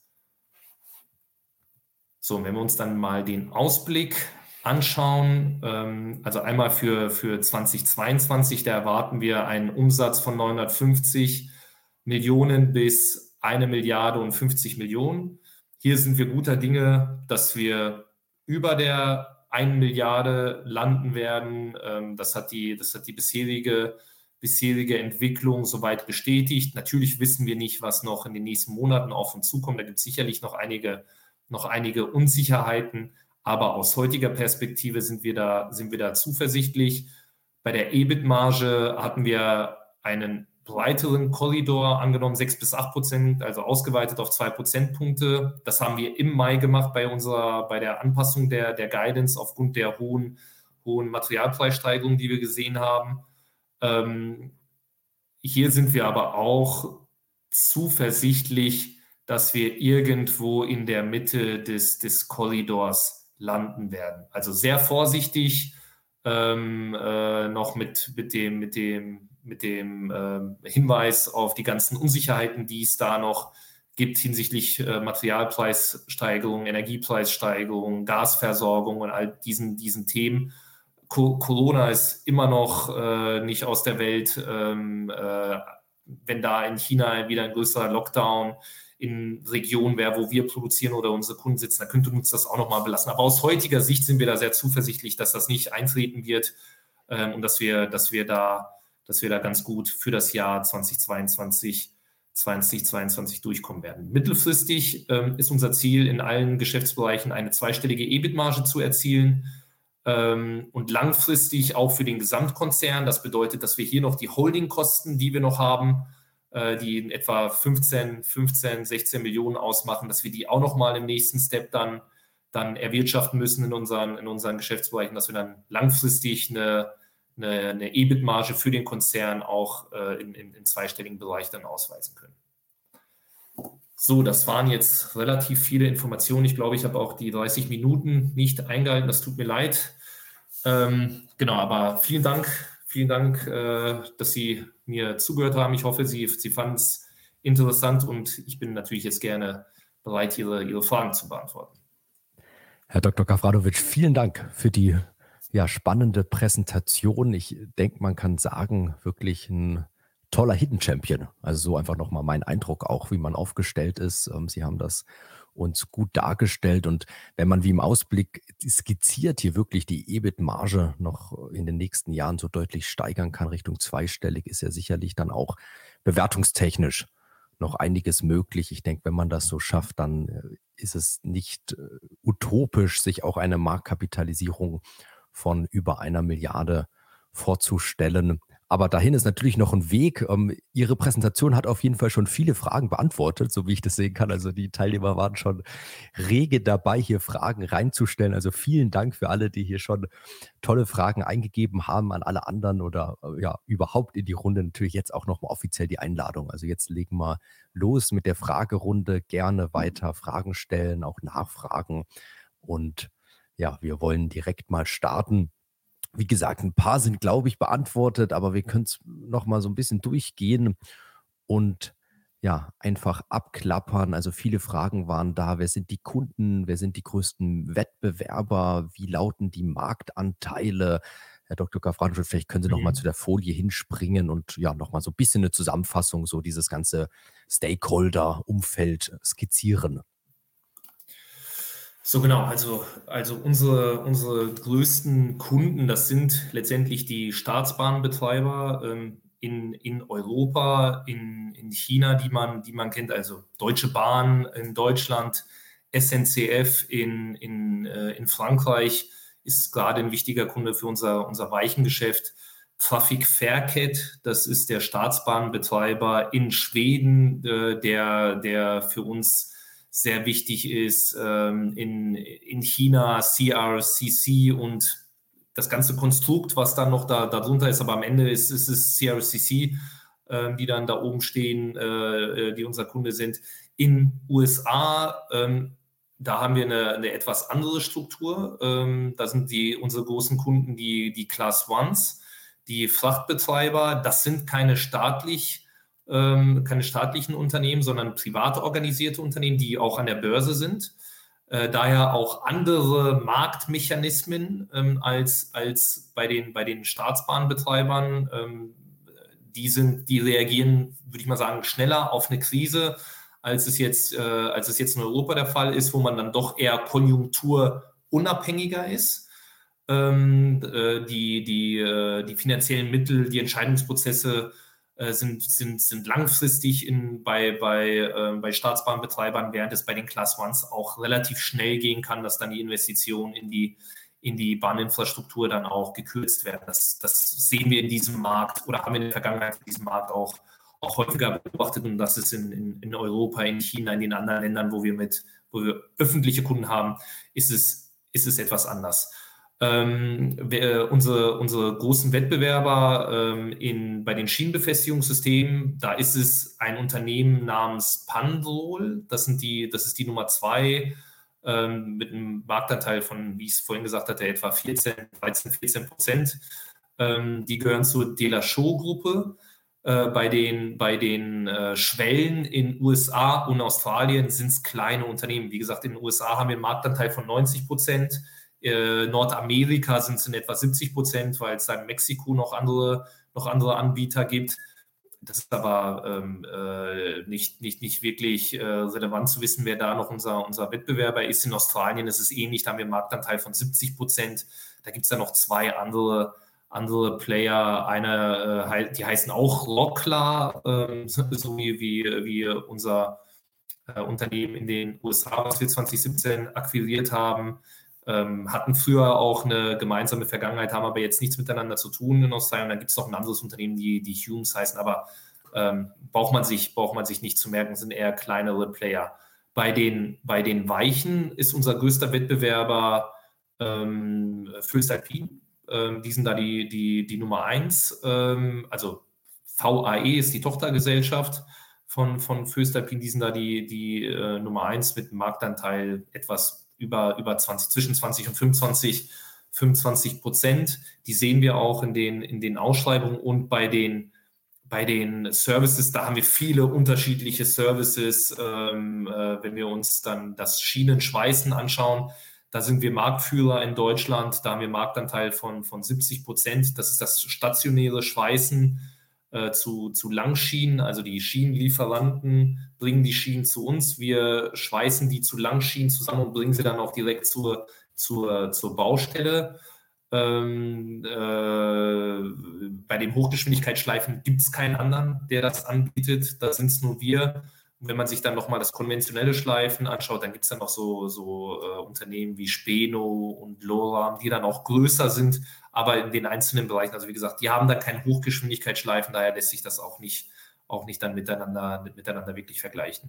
So, und wenn wir uns dann mal den Ausblick anschauen, ähm, also einmal für, für zweitausendzweiundzwanzig, da erwarten wir einen Umsatz von neunhundertfünfzig Millionen bis eine Milliarde und fünfzig Millionen. Hier sind wir guter Dinge, dass wir über der eine Milliarde landen werden. Das hat die, das hat die bisherige, bisherige Entwicklung soweit bestätigt. Natürlich wissen wir nicht, was noch in den nächsten Monaten auf uns zukommt. Da gibt es sicherlich noch einige, noch einige Unsicherheiten. Aber aus heutiger Perspektive sind wir da, sind wir da zuversichtlich. Bei der E B I T-Marge hatten wir einen breiteren Korridor angenommen, sechs bis acht Prozent, also ausgeweitet auf zwei Prozentpunkte. Das haben wir im Mai gemacht bei unserer, bei der Anpassung der, der Guidance aufgrund der hohen, hohen Materialpreissteigerungen, die wir gesehen haben. Ähm, hier sind wir aber auch zuversichtlich, dass wir irgendwo in der Mitte des, des Korridors landen werden. Also sehr vorsichtig, ähm, äh, noch mit, mit dem, mit dem mit dem äh, Hinweis auf die ganzen Unsicherheiten, die es da noch gibt hinsichtlich äh, Materialpreissteigerung, Energiepreissteigerung, Gasversorgung und all diesen, diesen Themen. Co- Corona ist immer noch äh, nicht aus der Welt. Ähm, äh, wenn da in China wieder ein größerer Lockdown in Regionen wäre, wo wir produzieren oder unsere Kunden sitzen, dann könnte uns das auch nochmal belasten. Aber aus heutiger Sicht sind wir da sehr zuversichtlich, dass das nicht eintreten wird ähm, und dass wir, dass wir da dass wir da ganz gut für das Jahr zweitausendzweiundzwanzig, zweitausendzweiundzwanzig durchkommen werden. Mittelfristig ähm, ist unser Ziel, in allen Geschäftsbereichen eine zweistellige E B I T-Marge zu erzielen ähm, und langfristig auch für den Gesamtkonzern. Das bedeutet, dass wir hier noch die Holdingkosten, die wir noch haben, äh, die in etwa fünfzehn, fünfzehn, sechzehn Millionen ausmachen, dass wir die auch noch mal im nächsten Step dann, dann erwirtschaften müssen in unseren, in unseren Geschäftsbereichen, dass wir dann langfristig eine eine, eine E B I T-Marge für den Konzern auch äh, in, in, in zweistelligen Bereich dann ausweisen können. So, das waren jetzt relativ viele Informationen. Ich glaube, ich habe auch die dreißig Minuten nicht eingehalten. Das tut mir leid. Ähm, genau, aber vielen Dank, vielen Dank, äh, dass Sie mir zugehört haben. Ich hoffe, Sie, Sie fanden es interessant und ich bin natürlich jetzt gerne bereit, Ihre, Ihre Fragen zu beantworten. Herr Doktor Gavradovic, vielen Dank für die ja, spannende Präsentation. Ich denke, man kann sagen, wirklich ein toller Hidden Champion. Also so einfach nochmal mein Eindruck auch, wie man aufgestellt ist. Sie haben das uns gut dargestellt. Und wenn man wie im Ausblick skizziert hier wirklich die E B I T-Marge noch in den nächsten Jahren so deutlich steigern kann Richtung zweistellig, ist ja sicherlich dann auch bewertungstechnisch noch einiges möglich. Ich denke, wenn man das so schafft, dann ist es nicht äh, utopisch, sich auch eine Marktkapitalisierung von über einer Milliarde vorzustellen. Aber dahin ist natürlich noch ein Weg. Ähm, Ihre Präsentation hat auf jeden Fall schon viele Fragen beantwortet, so wie ich das sehen kann. Also die Teilnehmer waren schon rege dabei, hier Fragen reinzustellen. Also vielen Dank für alle, die hier schon tolle Fragen eingegeben haben, an alle anderen oder äh, ja überhaupt in die Runde. Natürlich jetzt auch nochmal offiziell die Einladung. Also jetzt legen wir los mit der Fragerunde. Gerne weiter Fragen stellen, auch nachfragen. Und ja, wir wollen direkt mal starten. Wie gesagt, ein paar sind, glaube ich, beantwortet, aber wir können es noch mal so ein bisschen durchgehen und ja, einfach abklappern. Also viele Fragen waren da. Wer sind die Kunden? Wer sind die größten Wettbewerber? Wie lauten die Marktanteile? Herr Doktor Graf-Radenschuld, vielleicht können Sie noch mal Mhm. zu der Folie hinspringen und ja, noch mal so ein bisschen eine Zusammenfassung, so dieses ganze Stakeholder-Umfeld skizzieren. So genau, also, also unsere, unsere größten Kunden, das sind letztendlich die Staatsbahnbetreiber ähm, in, in Europa, in, in China, die man, die man kennt, also Deutsche Bahn in Deutschland, S N C F in, in, äh, in Frankreich ist gerade ein wichtiger Kunde für unser, unser Weichengeschäft. Traffic Fairket, das ist der Staatsbahnbetreiber in Schweden, äh, der, der für uns sehr wichtig ist, ähm, in, in China, C R C C und das ganze Konstrukt, was dann noch da darunter ist, aber am Ende ist, ist es C R C C, ähm, die dann da oben stehen, äh, die unser Kunde sind. In U S A, ähm, da haben wir eine, eine etwas andere Struktur. Ähm, da sind die, unsere großen Kunden die, die Class Ones, die Frachtbetreiber. Das sind keine staatlich Ähm, keine staatlichen Unternehmen, sondern privat organisierte Unternehmen, die auch an der Börse sind. Äh, daher auch andere Marktmechanismen ähm, als, als bei den, bei den Staatsbahnbetreibern. Ähm, die, sind, die reagieren, würde ich mal sagen, schneller auf eine Krise, als es jetzt, äh, als es jetzt in Europa der Fall ist, wo man dann doch eher konjunkturunabhängiger ist. Ähm, äh, die, die, äh, die finanziellen Mittel, die Entscheidungsprozesse sind, sind, sind langfristig in, bei, bei, äh, bei Staatsbahnbetreibern, während es bei den Class Ones auch relativ schnell gehen kann, dass dann die Investitionen in die, in die Bahninfrastruktur dann auch gekürzt werden. Das, das sehen wir in diesem Markt oder haben wir in der Vergangenheit in diesem Markt auch, auch häufiger beobachtet, und das ist in, in, in Europa, in China, in den anderen Ländern, wo wir mit, wo wir öffentliche Kunden haben, ist es, ist es etwas anders. Ähm, wir, unsere, unsere großen Wettbewerber ähm, in, bei den Schienenbefestigungssystemen, da ist es ein Unternehmen namens Panroll. Das, sind die, das ist die Nummer zwei ähm, mit einem Marktanteil von, wie ich es vorhin gesagt hatte, etwa vierzehn, dreizehn, vierzehn Prozent. Ähm, die gehören zur De La Chaux-Gruppe. Äh, bei den, bei den äh, Schwellen in U S A und Australien sind es kleine Unternehmen. Wie gesagt, in den U S A haben wir einen Marktanteil von neunzig Prozent. Äh, Nordamerika sind es in etwa siebzig Prozent, weil es da in Mexiko noch andere, noch andere Anbieter gibt. Das ist aber ähm, äh, nicht, nicht, nicht wirklich äh, relevant zu wissen, wer da noch unser, unser Wettbewerber ist. In Australien ist es ähnlich, da haben wir einen Marktanteil von siebzig Prozent. Da gibt es dann noch zwei andere, andere Player. Eine, äh, die heißen auch Rockler, äh, so wie, wie, wie unser äh, Unternehmen in den U S A, was wir zwanzig siebzehn akquiriert haben. Ähm, hatten früher auch eine gemeinsame Vergangenheit, haben aber jetzt nichts miteinander zu tun in Australien. Dann gibt es noch ein anderes Unternehmen, die, die Humes heißen, aber ähm, braucht man sich, braucht man sich nicht zu merken, sind eher kleinere Player. Bei den, bei den Weichen ist unser größter Wettbewerber ähm, voestalpine. Ähm, die sind da die, die, die Nummer eins. Ähm, also V A E ist die Tochtergesellschaft von, von voestalpine. Die sind da die, die äh, Nummer eins mit einem Marktanteil etwas über, über zwanzig, zwischen zwanzig und fünfundzwanzig, fünfundzwanzig Prozent. Die sehen wir auch in den, in den Ausschreibungen, und bei den, bei den Services, da haben wir viele unterschiedliche Services. Ähm, äh, wenn wir uns dann das Schienenschweißen anschauen, da sind wir Marktführer in Deutschland. Da haben wir einen Marktanteil von, von siebzig Prozent. Das ist das stationäre Schweißen äh, zu, zu Langschienen, also die Schienenlieferanten bringen die Schienen zu uns, wir schweißen die zu Langschienen zusammen und bringen sie dann auch direkt zur, zur, zur Baustelle. Ähm, äh, bei den Hochgeschwindigkeitsschleifen gibt es keinen anderen, der das anbietet, da sind es nur wir. Und wenn man sich dann nochmal das konventionelle Schleifen anschaut, dann gibt es dann noch so, so äh, Unternehmen wie Speno und Loram, die dann auch größer sind, aber in den einzelnen Bereichen, also wie gesagt, die haben da kein Hochgeschwindigkeitsschleifen, daher lässt sich das auch nicht, auch nicht dann miteinander, mit, miteinander wirklich vergleichen.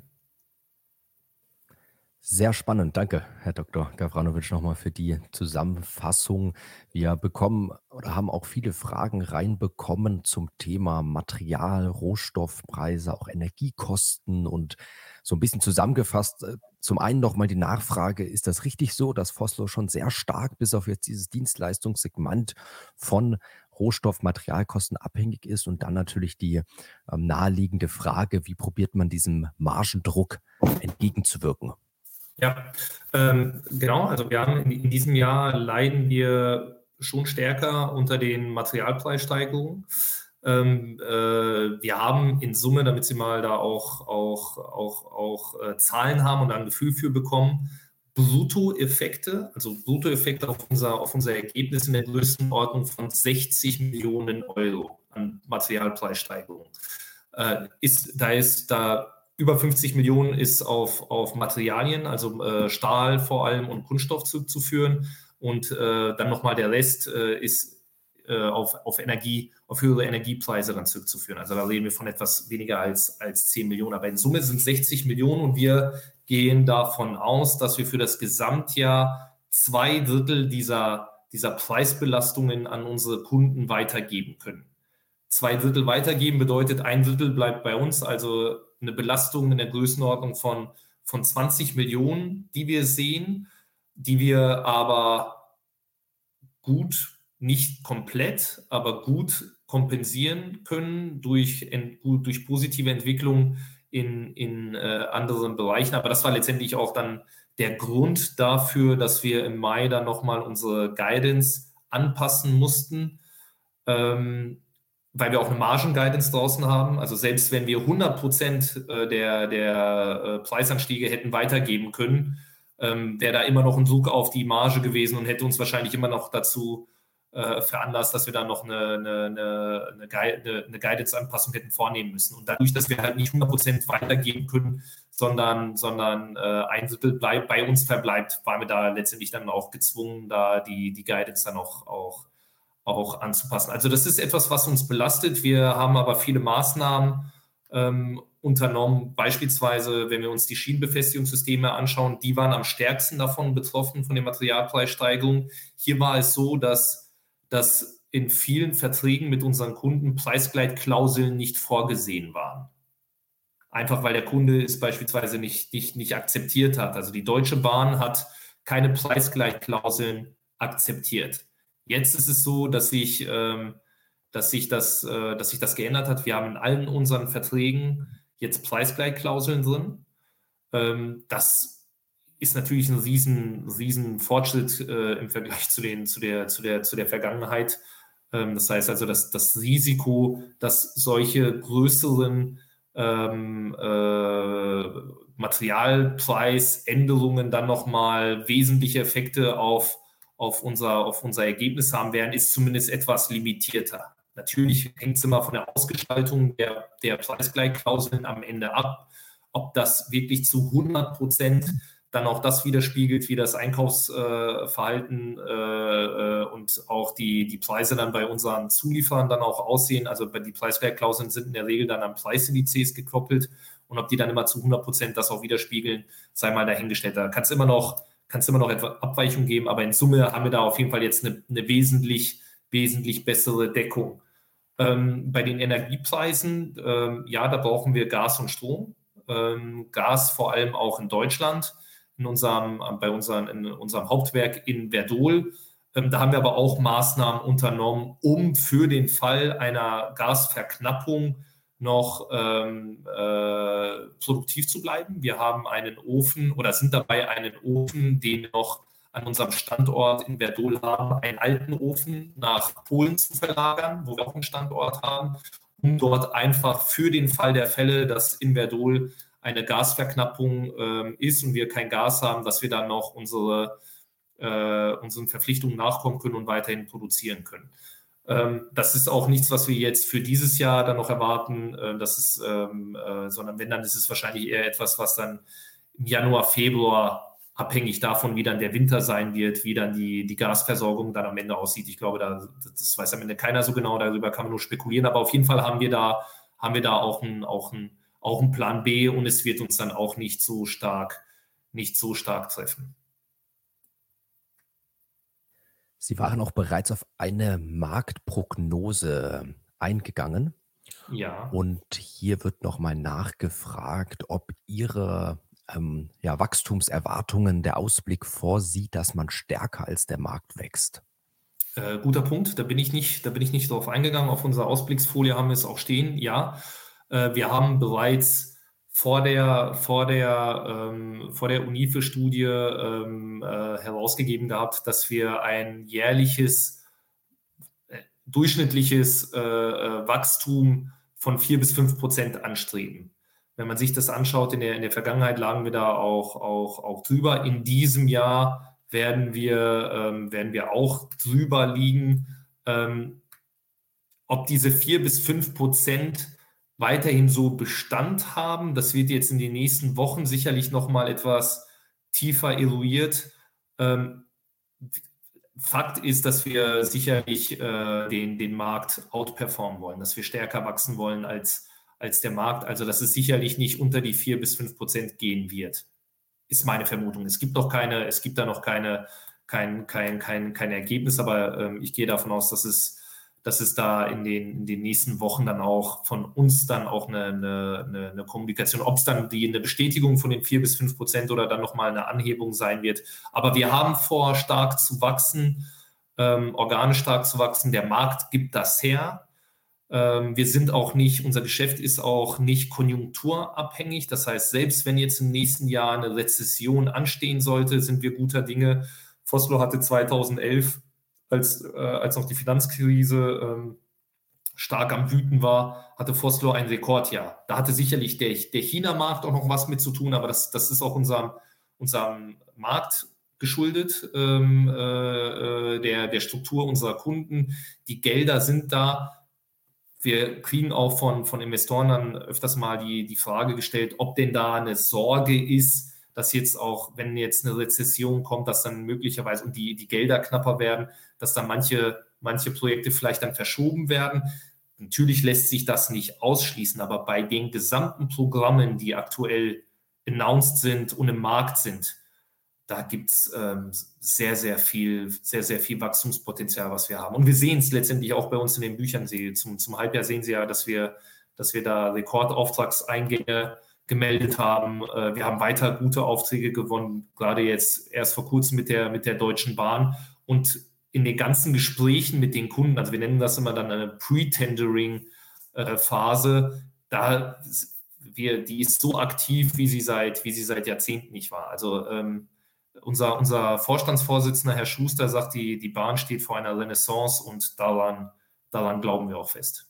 Sehr spannend. Danke, Herr Doktor Gavranovic, nochmal für die Zusammenfassung. Wir bekommen oder haben auch viele Fragen reinbekommen zum Thema Material, Rohstoffpreise, auch Energiekosten und so ein bisschen zusammengefasst. Zum einen nochmal die Nachfrage, ist das richtig so, dass Vossloh schon sehr stark bis auf jetzt dieses Dienstleistungssegment von Rohstoff-, Materialkosten abhängig ist? Und dann natürlich die ähm, naheliegende Frage, wie probiert man diesem Margendruck entgegenzuwirken? Ja, ähm, genau. Also wir haben in, in diesem Jahr leiden wir schon stärker unter den Materialpreissteigerungen. Ähm, äh, wir haben in Summe, damit Sie mal da auch, auch, auch, auch äh, Zahlen haben und ein Gefühl für bekommen, Bruttoeffekte, also Bruttoeffekte auf unser, auf unser Ergebnis in der Größenordnung von sechzig Millionen Euro an Materialpreissteigerungen. Äh, ist, da ist da über fünfzig Millionen ist auf, auf Materialien, also äh, Stahl vor allem und Kunststoff zurückzuführen. Und äh, dann nochmal der Rest äh, ist äh, auf, auf Energie, auf höhere Energiepreise dann zurückzuführen. Also da reden wir von etwas weniger als, als zehn Millionen. Aber in Summe sind es sechzig Millionen und wir gehen davon aus, dass wir für das Gesamtjahr zwei Drittel dieser, dieser Preisbelastungen an unsere Kunden weitergeben können. Zwei Drittel weitergeben bedeutet, ein Drittel bleibt bei uns, also eine Belastung in der Größenordnung von, von zwanzig Millionen, die wir sehen, die wir aber gut, nicht komplett, aber gut kompensieren können durch, durch positive Entwicklung in, in äh, anderen Bereichen. Aber das war letztendlich auch dann der Grund dafür, dass wir im Mai dann nochmal unsere Guidance anpassen mussten. Ähm, weil wir auch eine Margen-Guidance draußen haben. Also selbst wenn wir hundert Prozent der, der Preisanstiege hätten weitergeben können, ähm, wäre da immer noch ein Druck auf die Marge gewesen und hätte uns wahrscheinlich immer noch dazu äh, veranlasst, dass wir da noch eine, eine, eine, eine, eine Guidance-Anpassung hätten vornehmen müssen. Und dadurch, dass wir halt nicht hundert Prozent weitergeben können, sondern, sondern äh, ein Drittel bleibt, bei uns verbleibt, waren wir da letztendlich dann auch gezwungen, da die, die Guidance dann auch, auch auch anzupassen. Also das ist etwas, was uns belastet. Wir haben aber viele Maßnahmen ähm, unternommen. Beispielsweise, wenn wir uns die Schienenbefestigungssysteme anschauen, die waren am stärksten davon betroffen, von den Materialpreissteigerungen. Hier war es so, dass, dass in vielen Verträgen mit unseren Kunden Preisgleitklauseln nicht vorgesehen waren. Einfach weil der Kunde es beispielsweise nicht, nicht, nicht akzeptiert hat. Also die Deutsche Bahn hat keine Preisgleitklauseln akzeptiert. Jetzt ist es so, dass sich, ähm, dass, sich das, äh, dass sich das geändert hat. Wir haben in allen unseren Verträgen jetzt Preisgleitklauseln drin. Ähm, das ist natürlich ein riesen, riesen Fortschritt äh, im Vergleich zu, den, zu, der, zu, der, zu der Vergangenheit. Ähm, das heißt also, dass das Risiko, dass solche größeren ähm, äh, Materialpreisänderungen dann nochmal wesentliche Effekte auf Auf unser, auf unser Ergebnis haben werden, ist zumindest etwas limitierter. Natürlich hängt es immer von der Ausgestaltung der, der Preisgleitklauseln am Ende ab, ob das wirklich zu hundert Prozent dann auch das widerspiegelt, wie das Einkaufsverhalten äh, äh, und auch die, die Preise dann bei unseren Zulieferern dann auch aussehen. Also die Preisgleitklauseln sind in der Regel dann an Preisindizes gekoppelt und ob die dann immer zu hundert Prozent das auch widerspiegeln, sei mal dahingestellt. Da kann es immer noch kann es immer noch etwas Abweichung geben, aber in Summe haben wir da auf jeden Fall jetzt eine, eine wesentlich, wesentlich bessere Deckung. Ähm, bei den Energiepreisen, ähm, ja, da brauchen wir Gas und Strom. Ähm, Gas vor allem auch in Deutschland, in unserem, bei unseren, in unserem Hauptwerk in Werdohl. Ähm, da haben wir aber auch Maßnahmen unternommen, um für den Fall einer Gasverknappung noch ähm, äh, produktiv zu bleiben. Wir haben einen Ofen oder sind dabei, einen Ofen, den wir noch an unserem Standort in Werdohl haben, einen alten Ofen nach Polen zu verlagern, wo wir auch einen Standort haben, um dort einfach für den Fall der Fälle, dass in Verdol eine Gasverknappung äh, ist und wir kein Gas haben, dass wir dann noch unsere, äh, unseren Verpflichtungen nachkommen können und weiterhin produzieren können. Ähm, das ist auch nichts, was wir jetzt für dieses Jahr dann noch erwarten, äh, das ist, ähm, äh, sondern wenn, dann ist es wahrscheinlich eher etwas, was dann im Januar, Februar, abhängig davon, wie dann der Winter sein wird, wie dann die, die Gasversorgung dann am Ende aussieht. Ich glaube, da, das weiß am Ende keiner so genau, darüber kann man nur spekulieren, aber auf jeden Fall haben wir da, haben wir da auch einen auch ein, auch ein Plan B und es wird uns dann auch nicht so stark, nicht so stark treffen. Sie waren auch bereits auf eine Marktprognose eingegangen. Ja. Und hier wird nochmal nachgefragt, ob Ihre ähm, ja, Wachstumserwartungen, der Ausblick vorsieht, dass man stärker als der Markt wächst. Äh, guter Punkt, da bin ich nicht, da bin ich nicht drauf eingegangen. Auf unserer Ausblicksfolie haben wir es auch stehen. Ja, äh, wir haben bereits vor der, vor der, ähm, vor der UNIFE-Studie ähm, äh, herausgegeben gehabt, dass wir ein jährliches, äh, durchschnittliches äh, äh, Wachstum von vier bis fünf Prozent anstreben. Wenn man sich das anschaut, in der, in der Vergangenheit lagen wir da auch, auch, auch drüber. In diesem Jahr werden wir, ähm, werden wir auch drüber liegen. Ähm, ob diese vier bis fünf Prozent weiterhin so Bestand haben, das wird jetzt in den nächsten Wochen sicherlich nochmal etwas tiefer eruiert. Ähm, Fakt ist, dass wir sicherlich äh, den, den Markt outperformen wollen, dass wir stärker wachsen wollen als, als der Markt. Also dass es sicherlich nicht unter die vier bis fünf Prozent gehen wird, ist meine Vermutung. Es gibt noch keine, es gibt da noch keine, kein, kein, kein, kein Ergebnis, aber ähm, ich gehe davon aus, dass es, dass es da in den, in den nächsten Wochen dann auch von uns dann auch eine, eine, eine Kommunikation, ob es dann die, eine Bestätigung von den vier bis fünf Prozent oder dann nochmal eine Anhebung sein wird. Aber wir haben vor, stark zu wachsen, ähm, organisch stark zu wachsen. Der Markt gibt das her. Ähm, wir sind auch nicht, unser Geschäft ist auch nicht konjunkturabhängig. Das heißt, selbst wenn jetzt im nächsten Jahr eine Rezession anstehen sollte, sind wir guter Dinge. Vossloh hatte zweitausendelf, als, äh, als noch die Finanzkrise ähm, stark am Wüten war, hatte Vossloh ein Rekordjahr. Da hatte sicherlich der, der China-Markt auch noch was mit zu tun, aber das, das ist auch unserem, unserem Markt geschuldet, ähm, äh, der, der Struktur unserer Kunden. Die Gelder sind da. Wir kriegen auch von, von Investoren dann öfters mal die, die Frage gestellt, ob denn da eine Sorge ist, dass jetzt auch, wenn jetzt eine Rezession kommt, dass dann möglicherweise und die, die Gelder knapper werden, dass dann manche, manche Projekte vielleicht dann verschoben werden. Natürlich lässt sich das nicht ausschließen, aber bei den gesamten Programmen, die aktuell announced sind und im Markt sind, da gibt es ähm, sehr, sehr viel, sehr, sehr viel Wachstumspotenzial, was wir haben. Und wir sehen es letztendlich auch bei uns in den Büchern. Sie, zum, zum Halbjahr sehen Sie ja, dass wir, dass wir da Rekordauftragseingänge gemeldet haben. Wir haben weiter gute Aufträge gewonnen, gerade jetzt erst vor kurzem mit der, mit der Deutschen Bahn. Und in den ganzen Gesprächen mit den Kunden, also wir nennen das immer dann eine Pre-Tendering-Phase, da wir, die ist so aktiv, wie sie seit, wie sie seit Jahrzehnten nicht war. Also ähm, unser, unser Vorstandsvorsitzender, Herr Schuster, sagt, die, die Bahn steht vor einer Renaissance und daran, daran glauben wir auch fest.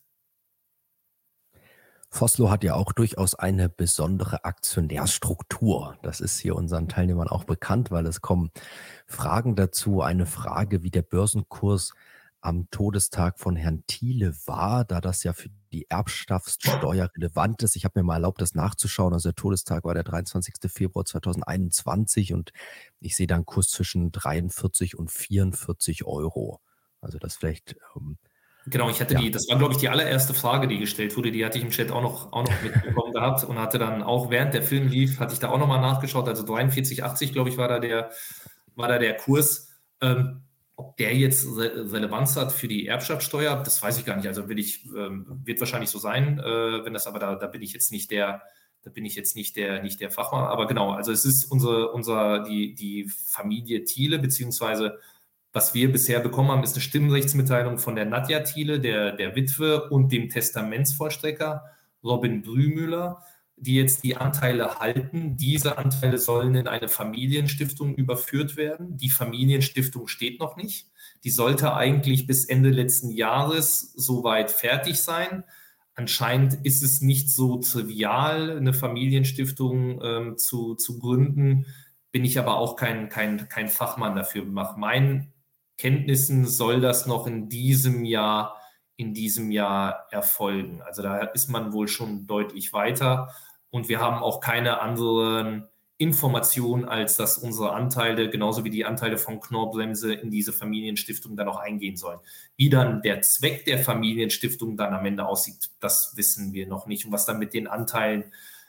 Vossloh hat ja auch durchaus eine besondere Aktionärsstruktur. Das ist hier unseren Teilnehmern auch bekannt, weil es kommen Fragen dazu. Eine Frage, wie der Börsenkurs am Todestag von Herrn Thiele war, da das ja für die Erbschaftssteuer relevant ist. Ich habe mir mal erlaubt, das nachzuschauen. Also der Todestag war der dreiundzwanzigster Februar zweitausendeinundzwanzig und ich sehe da einen Kurs zwischen dreiundvierzig und vierundvierzig Euro. Also das vielleicht... Ähm, Genau, ich hatte ja. die, das war, glaube ich, die allererste Frage, die gestellt wurde, die hatte ich im Chat auch noch, auch noch mitbekommen gehabt und hatte dann auch, während der Film lief, hatte ich da auch nochmal nachgeschaut, also dreiundvierzig achtzig, glaube ich, war da der, war da der Kurs. Ähm, ob der jetzt Re Relevanz hat für die Erbschaftssteuer, das weiß ich gar nicht, also will ich, ähm, wird wahrscheinlich so sein, äh, wenn das aber, da, da bin ich jetzt nicht der, da bin ich jetzt nicht der, nicht der Fachmann, aber genau, also es ist unsere, unser, die, die Familie Thiele, beziehungsweise was wir bisher bekommen haben, ist eine Stimmrechtsmitteilung von der Nadja Thiele, der, der Witwe und dem Testamentsvollstrecker Robin Brümüller, die jetzt die Anteile halten. Diese Anteile sollen in eine Familienstiftung überführt werden. Die Familienstiftung steht noch nicht. Die sollte eigentlich bis Ende letzten Jahres soweit fertig sein. anscheinend ist es nicht so trivial, eine Familienstiftung ähm, zu, zu gründen, bin ich aber auch kein, kein, kein Fachmann dafür. Nach meinen Kenntnissen soll das noch in diesem Jahr, in diesem Jahr erfolgen. Also da ist man wohl schon deutlich weiter und wir haben auch keine anderen Informationen, als dass unsere Anteile, genauso wie die Anteile von Knorr-Bremse, in diese Familienstiftung dann auch eingehen sollen. Wie dann der Zweck der Familienstiftung dann am Ende aussieht, das wissen wir noch nicht. Und was dann mit den Anteilen,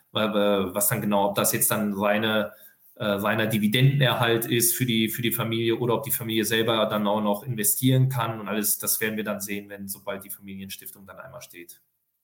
was dann genau, ob das jetzt dann reine, äh, reiner Dividendenerhalt ist für die, für die Familie oder ob die Familie selber dann auch noch investieren kann und alles, das werden wir dann sehen, wenn sobald die Familienstiftung dann einmal steht.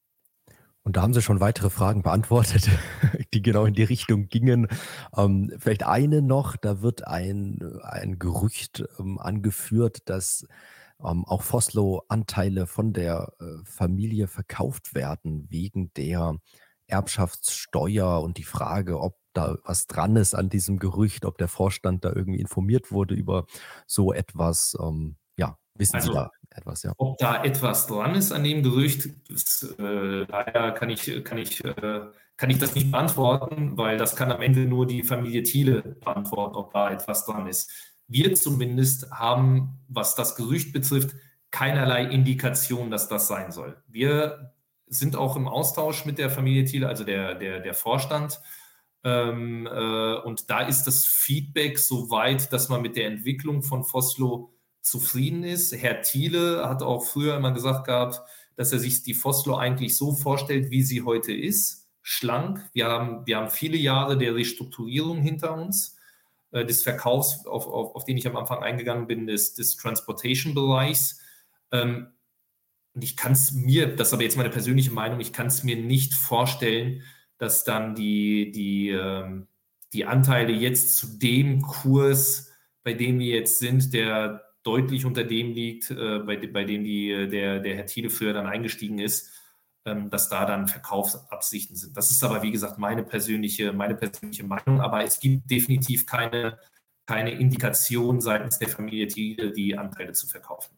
Und da haben Sie schon weitere Fragen beantwortet, die genau in die Richtung gingen. Ähm, vielleicht eine noch, da wird ein, ein Gerücht ähm, angeführt, dass ähm, auch Vossloh-Anteile von der äh, Familie verkauft werden wegen der Erbschaftssteuer und die Frage, ob da was dran ist an diesem Gerücht, ob der Vorstand da irgendwie informiert wurde über so etwas. Ähm, ja, wissen Also, Sie da etwas, ja? Ob da etwas dran ist an dem Gerücht, das, äh, leider kann ich, kann, ich, äh, kann ich das nicht beantworten, weil das kann am Ende nur die Familie Thiele beantworten, ob da etwas dran ist. Wir zumindest haben, was das Gerücht betrifft, keinerlei Indikation, dass das sein soll. Wir sind auch im Austausch mit der Familie Thiele, also der, der, der Vorstand. Ähm, äh, und da ist das Feedback so weit, dass man mit der Entwicklung von Vossloh zufrieden ist. Herr Thiele hat auch früher immer gesagt gehabt, dass er sich die Vossloh eigentlich so vorstellt, wie sie heute ist. Schlank. Wir haben, wir haben viele Jahre der Restrukturierung hinter uns, äh, des Verkaufs, auf, auf, auf den ich am Anfang eingegangen bin, des, des Transportation-Bereichs. Ähm, und ich kann es mir, das ist aber jetzt meine persönliche Meinung, ich kann es mir nicht vorstellen, dass dann die, die, ähm, die Anteile jetzt zu dem Kurs, bei dem wir jetzt sind, der deutlich unter dem liegt, äh, bei, bei dem die, der, der Herr Thiele früher dann eingestiegen ist, ähm, dass da dann Verkaufsabsichten sind. Das ist aber, wie gesagt, meine persönliche, meine persönliche Meinung, aber es gibt definitiv keine, keine Indikation seitens der Familie Thiele, die Anteile zu verkaufen.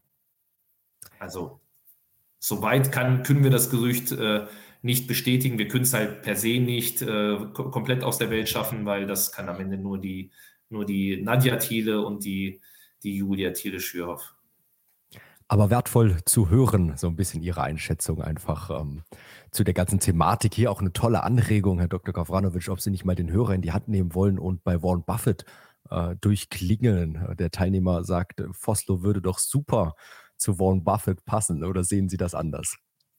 Also soweit kann, können wir das Gerücht äh, nicht bestätigen. Wir können es halt per se nicht äh, komplett aus der Welt schaffen, weil das kann am Ende nur die, nur die Nadja Thiele und die die Julia Thiele-Schürhoff. Aber wertvoll zu hören, so ein bisschen Ihre Einschätzung einfach ähm, zu der ganzen Thematik. Hier auch eine tolle Anregung, Herr Doktor Gawranovic, ob Sie nicht mal den Hörer in die Hand nehmen wollen und bei Warren Buffett äh, durchklingeln. Der Teilnehmer sagt, Vossloh würde doch super zu Warren Buffett passen. Oder sehen Sie das anders?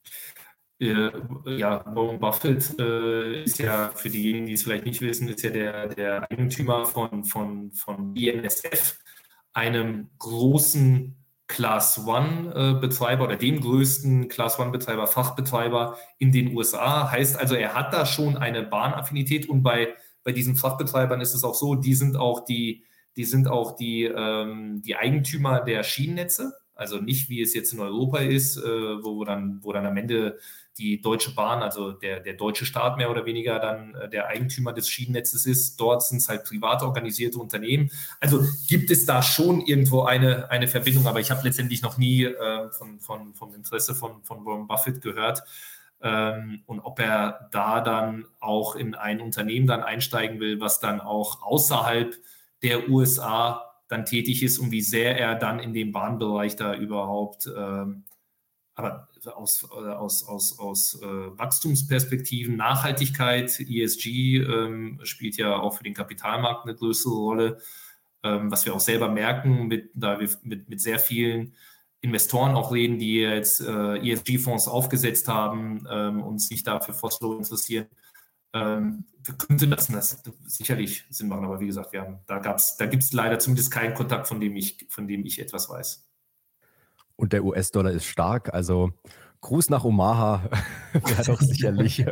Äh, ja, Warren Buffett äh, ist ja, für diejenigen, die es vielleicht nicht wissen, ist ja der, der Eigentümer von, von, von B N S F, einem großen Class-One-Betreiber oder dem größten Class-One-Betreiber, Fachbetreiber in den U S A. Heißt also, er hat da schon eine Bahnaffinität und bei, bei diesen Fachbetreibern ist es auch so, die sind auch die, die, sind auch die, ähm, die Eigentümer der Schienennetze. Also nicht, wie es jetzt in Europa ist, äh, wo, wo, dann, wo dann am Ende die Deutsche Bahn, also der, der deutsche Staat mehr oder weniger dann äh, der Eigentümer des Schienennetzes ist. Dort sind es halt privat organisierte Unternehmen. Also gibt es da schon irgendwo eine, eine Verbindung, aber ich habe letztendlich noch nie äh, von, von, vom Interesse von, von Warren Buffett gehört. Ähm, und ob er da dann auch in ein Unternehmen dann einsteigen will, was dann auch außerhalb der U S A dann tätig ist und wie sehr er dann in dem Bahnbereich da überhaupt, ähm, aber aus, aus, aus, aus äh, Wachstumsperspektiven, Nachhaltigkeit, E S G ähm, spielt ja auch für den Kapitalmarkt eine größere Rolle, ähm, was wir auch selber merken, mit, da wir mit, mit sehr vielen Investoren auch reden, die jetzt äh, E S G-Fonds aufgesetzt haben ähm, und sich da für Vossloh interessieren. Ähm, könnte das, das sicherlich Sinn machen, aber wie gesagt, wir haben, da gab's, da gibt es leider zumindest keinen Kontakt, von dem ich, von dem ich etwas weiß. Und der U S-Dollar ist stark, also Gruß nach Omaha wäre doch sicherlich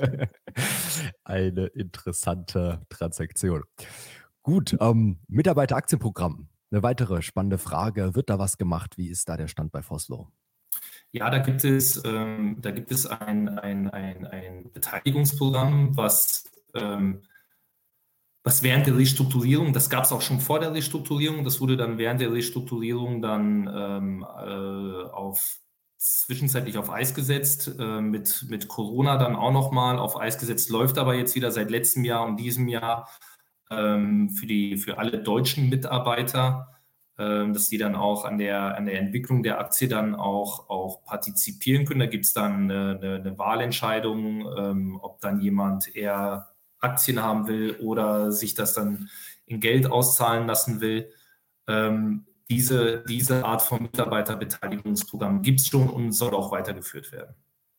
eine interessante Transaktion. Gut, ähm, Mitarbeiteraktienprogramm. Eine weitere spannende Frage. Wird da was gemacht? Wie ist da der Stand bei Vossloh? Ja, da gibt es, ähm, da gibt es ein, ein, ein, ein Beteiligungsprogramm, was, ähm, was während der Restrukturierung, das gab es auch schon vor der Restrukturierung, das wurde dann während der Restrukturierung dann ähm, äh, auf zwischenzeitlich auf Eis gesetzt, äh, mit, mit Corona dann auch nochmal auf Eis gesetzt, läuft aber jetzt wieder seit letztem Jahr und diesem Jahr ähm, für, die, für alle deutschen Mitarbeiter, äh, dass die dann auch an der, an der Entwicklung der Aktie dann auch, auch partizipieren können. Da gibt es dann eine, eine, eine Wahlentscheidung, ähm, ob dann jemand eher Aktien haben will oder sich das dann in Geld auszahlen lassen will. Ähm, diese, diese Art von Mitarbeiterbeteiligungsprogramm gibt es schon und soll auch weitergeführt werden.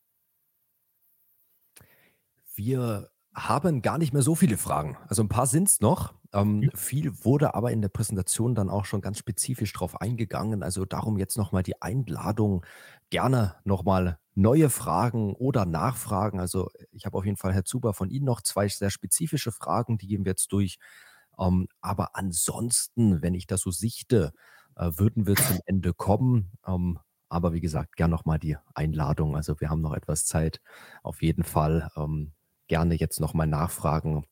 Wir haben gar nicht mehr so viele Fragen. Also ein paar sind es noch. Ähm, viel wurde aber in der Präsentation dann auch schon ganz spezifisch drauf eingegangen. Also darum jetzt nochmal die Einladung, gerne nochmal neue Fragen oder Nachfragen. Also ich habe auf jeden Fall, Herr Zuber, von Ihnen noch zwei sehr spezifische Fragen, die gehen wir jetzt durch. Ähm, aber ansonsten, wenn ich das so sichte, äh, würden wir zum Ende kommen. Ähm, aber wie gesagt, gern nochmal die Einladung. Also wir haben noch etwas Zeit. Auf jeden Fall ähm, gerne jetzt nochmal Nachfragen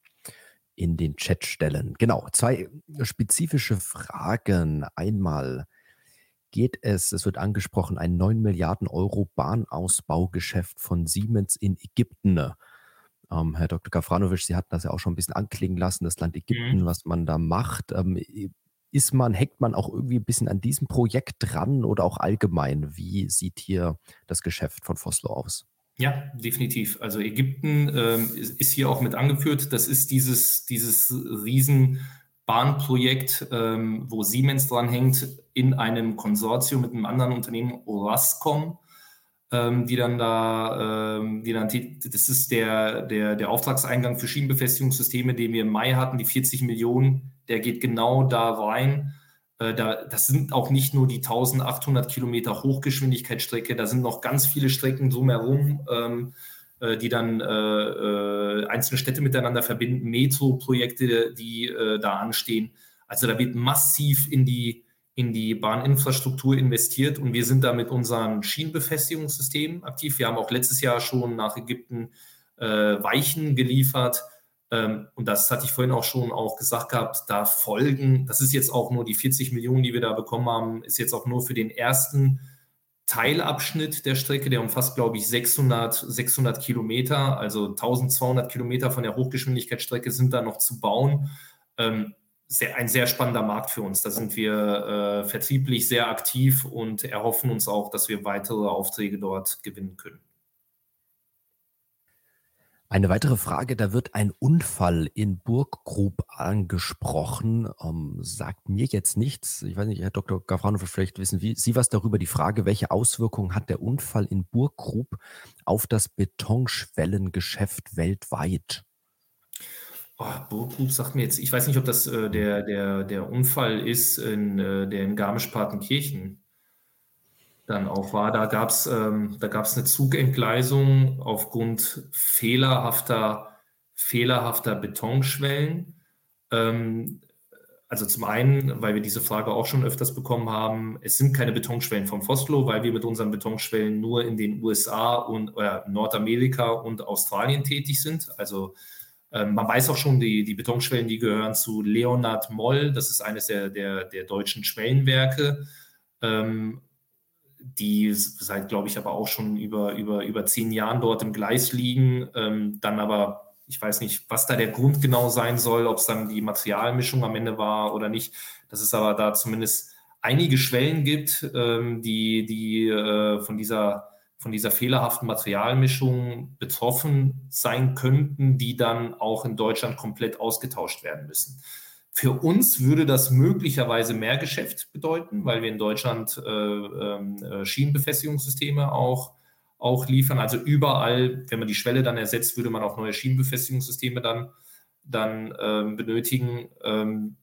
in den Chat stellen. Genau, zwei spezifische Fragen. Einmal geht es, es wird angesprochen, ein neun Milliarden Euro Bahnausbaugeschäft von Siemens in Ägypten. Ähm, Herr Doktor Gafranovic, Sie hatten das ja auch schon ein bisschen anklingen lassen, das Land Ägypten, Mhm. was man da macht. Ähm, ist man, hängt man auch irgendwie ein bisschen an diesem Projekt dran oder auch allgemein? Wie sieht hier das Geschäft von Vossloh aus? Ja, definitiv. Also Ägypten ähm, ist, ist hier auch mit angeführt. Das ist dieses, dieses riesen Bahnprojekt, ähm, wo Siemens dran hängt, in einem Konsortium mit einem anderen Unternehmen, Orascom, ähm, die dann da, ähm, die dann, das ist der, der, der Auftragseingang für Schienenbefestigungssysteme, den wir im Mai hatten, die vierzig Millionen, der geht genau da rein. Äh, da, das sind auch nicht nur die eintausendachthundert Kilometer Hochgeschwindigkeitsstrecke, da sind noch ganz viele Strecken drumherum, ähm, äh, die dann äh, äh, einzelne Städte miteinander verbinden, Metro-Projekte, die äh, da anstehen. Also da wird massiv in die in die Bahninfrastruktur investiert und wir sind da mit unseren Schienenbefestigungssystemen aktiv. Wir haben auch letztes Jahr schon nach Ägypten äh, Weichen geliefert ähm, und das hatte ich vorhin auch schon auch gesagt gehabt, da folgen, das ist jetzt auch nur die vierzig Millionen, die wir da bekommen haben, ist jetzt auch nur für den ersten Teilabschnitt der Strecke, der umfasst, glaube ich, sechshundert, sechshundert Kilometer, also eintausendzweihundert Kilometer von der Hochgeschwindigkeitsstrecke sind da noch zu bauen. Ähm, Sehr, ein sehr spannender Markt für uns. Da sind wir äh, vertrieblich sehr aktiv und erhoffen uns auch, dass wir weitere Aufträge dort gewinnen können. Eine weitere Frage, da wird ein Unfall in Burggrub angesprochen. Ähm, sagt mir jetzt nichts. Ich weiß nicht, Herr Doktor Gafranovic, vielleicht wissen Sie was darüber. Die Frage, welche Auswirkungen hat der Unfall in Burggrub auf das Betonschwellengeschäft weltweit? Oh, Burggrub sagt mir jetzt, ich weiß nicht, ob das äh, der, der, der Unfall ist, in, äh, der in Garmisch-Partenkirchen dann auch war. Da gab es ähm, da gab's eine Zugentgleisung aufgrund fehlerhafter, fehlerhafter Betonschwellen. Ähm, also zum einen, weil wir diese Frage auch schon öfters bekommen haben, es sind keine Betonschwellen von Vossloh, weil wir mit unseren Betonschwellen nur in den U S A und äh, Nordamerika und Australien tätig sind. Also ähm, man weiß auch schon, die, die Betonschwellen, die gehören zu Leonhard Moll, das ist eines der, der, der deutschen Schwellenwerke. Ähm, die seit, glaube ich, aber auch schon über, über, über zehn Jahren dort im Gleis liegen, ähm, dann aber, ich weiß nicht, was da der Grund genau sein soll, ob es dann die Materialmischung am Ende war oder nicht, dass es aber da zumindest einige Schwellen gibt, ähm, die, die äh, von dieser, von dieser fehlerhaften Materialmischung betroffen sein könnten, die dann auch in Deutschland komplett ausgetauscht werden müssen. Für uns würde das möglicherweise mehr Geschäft bedeuten, weil wir in Deutschland äh, äh, Schienenbefestigungssysteme auch, auch liefern. Also überall, wenn man die Schwelle dann ersetzt, würde man auch neue Schienenbefestigungssysteme dann, dann ähm, benötigen. Ähm,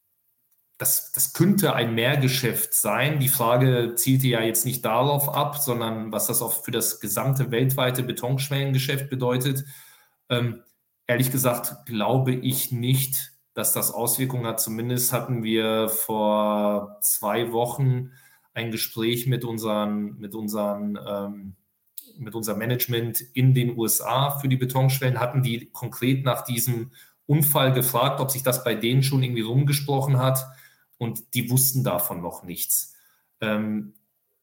das, das könnte ein Mehrgeschäft sein. Die Frage zielte ja jetzt nicht darauf ab, sondern was das auch für das gesamte weltweite Betonschwellengeschäft bedeutet. Ähm, ehrlich gesagt glaube ich nicht, dass das Auswirkungen hat. Zumindest hatten wir vor zwei Wochen ein Gespräch mit unseren, mit unseren, ähm, mit unserem Management in den U S A für die Betonschwellen, hatten die konkret nach diesem Unfall gefragt, ob sich das bei denen schon irgendwie rumgesprochen hat, und die wussten davon noch nichts. Ähm,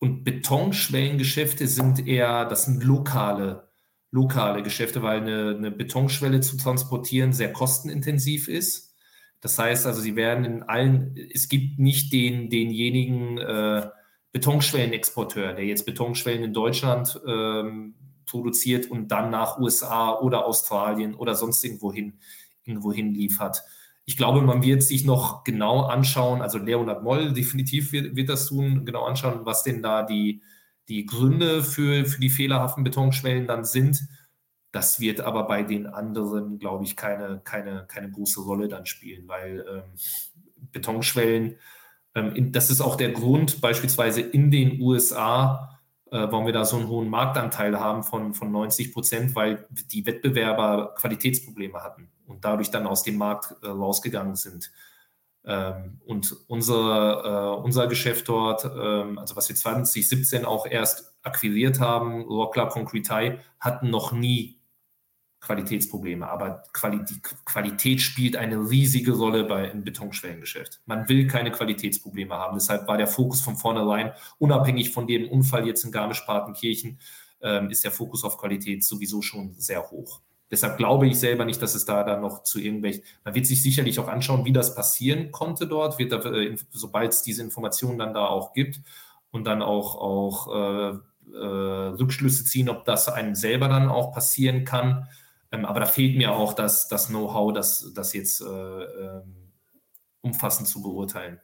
Und Betonschwellengeschäfte sind eher, das sind lokale, lokale Geschäfte, weil eine, eine Betonschwelle zu transportieren sehr kostenintensiv ist. Das heißt also, sie werden in allen, es gibt nicht den, denjenigen äh, Betonschwellenexporteur, der jetzt Betonschwellen in Deutschland ähm, produziert und dann nach U S A oder Australien oder sonst irgendwohin, irgendwohin liefert. Ich glaube, man wird sich noch genau anschauen, also Leonhard Moll definitiv wird, wird das tun, genau anschauen, was denn da die, die Gründe für, für die fehlerhaften Betonschwellen dann sind. Das wird aber bei den anderen, glaube ich, keine, keine, keine große Rolle dann spielen, weil ähm, Betonschwellen, ähm, in, das ist auch der Grund, beispielsweise in den U S A, äh, warum wir da so einen hohen Marktanteil haben von, von neunzig Prozent, weil die Wettbewerber Qualitätsprobleme hatten und dadurch dann aus dem Markt äh, rausgegangen sind. Ähm, und unser, äh, unser Geschäft dort, ähm, also was wir zwanzig siebzehn auch erst akquiriert haben, Rockler Concrete, hatten noch nie Qualitätsprobleme, aber Quali- die Qualität spielt eine riesige Rolle bei im Betonschwellengeschäft. Man will keine Qualitätsprobleme haben, deshalb war der Fokus von vornherein, unabhängig von dem Unfall jetzt in Garmisch-Partenkirchen, ähm, ist der Fokus auf Qualität sowieso schon sehr hoch. Deshalb glaube ich selber nicht, dass es da dann noch zu irgendwelchen, man wird sich sicherlich auch anschauen, wie das passieren konnte dort, wird da, äh, sobald es diese Informationen dann da auch gibt und dann auch, auch äh, äh, Rückschlüsse ziehen, ob das einem selber dann auch passieren kann. Ähm, aber da fehlt mir auch das, das Know-how, das, das jetzt äh, ähm, umfassend zu beurteilen.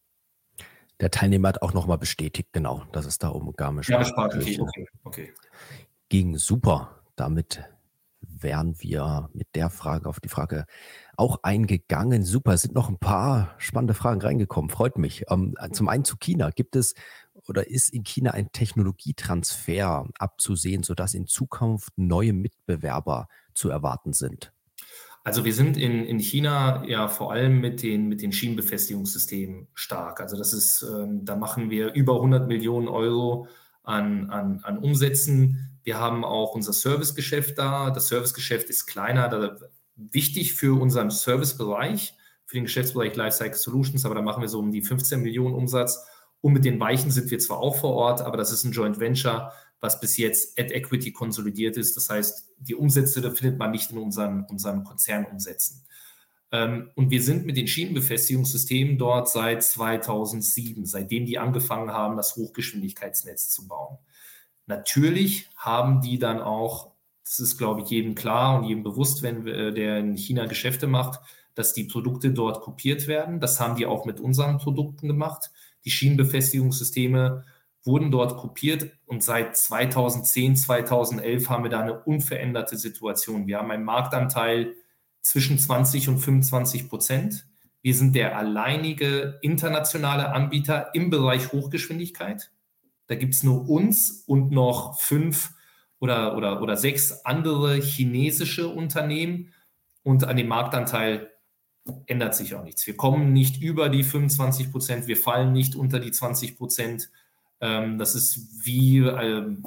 Der Teilnehmer hat auch nochmal bestätigt, genau, dass es da um Garmisch-Partenkirchen okay, okay. ging. Super. Damit wären wir mit der Frage auf die Frage auch eingegangen. Super, es sind noch ein paar spannende Fragen reingekommen. Freut mich. Ähm, zum einen zu China. Gibt es oder ist in China ein Technologietransfer abzusehen, sodass in Zukunft neue Mitbewerber zu erwarten sind? Also wir sind in, in China ja vor allem mit den, mit den Schienenbefestigungssystemen stark. Also das ist, ähm, da machen wir über hundert Millionen Euro an, an, an Umsätzen. Wir haben auch unser Servicegeschäft da. Das Servicegeschäft ist kleiner, da, wichtig für unseren Servicebereich, für den Geschäftsbereich Lifecycle Solutions, aber da machen wir so um die fünfzehn Millionen Umsatz. Und mit den Weichen sind wir zwar auch vor Ort, aber das ist ein Joint Venture, was bis jetzt at Equity konsolidiert ist. Das heißt, die Umsätze, da findet man nicht in unseren, unseren Konzernumsätzen. Ähm, und wir sind mit den Schienenbefestigungssystemen dort seit zweitausendsieben, seitdem die angefangen haben, das Hochgeschwindigkeitsnetz zu bauen. Natürlich haben die dann auch, das ist, glaube ich, jedem klar und jedem bewusst, wenn wir, der in China Geschäfte macht, dass die Produkte dort kopiert werden. Das haben die auch mit unseren Produkten gemacht. Die Schienenbefestigungssysteme wurden dort kopiert und seit zweitausendzehn, zweitausendelf haben wir da eine unveränderte Situation. Wir haben einen Marktanteil zwischen zwanzig und fünfundzwanzig Prozent. Wir sind der alleinige internationale Anbieter im Bereich Hochgeschwindigkeit. Da gibt es nur uns und noch fünf oder, oder, oder sechs andere chinesische Unternehmen und an dem Marktanteil ändert sich auch nichts. Wir kommen nicht über die fünfundzwanzig Prozent, wir fallen nicht unter die zwanzig Prozent. Ähm, das ist wie, ähm,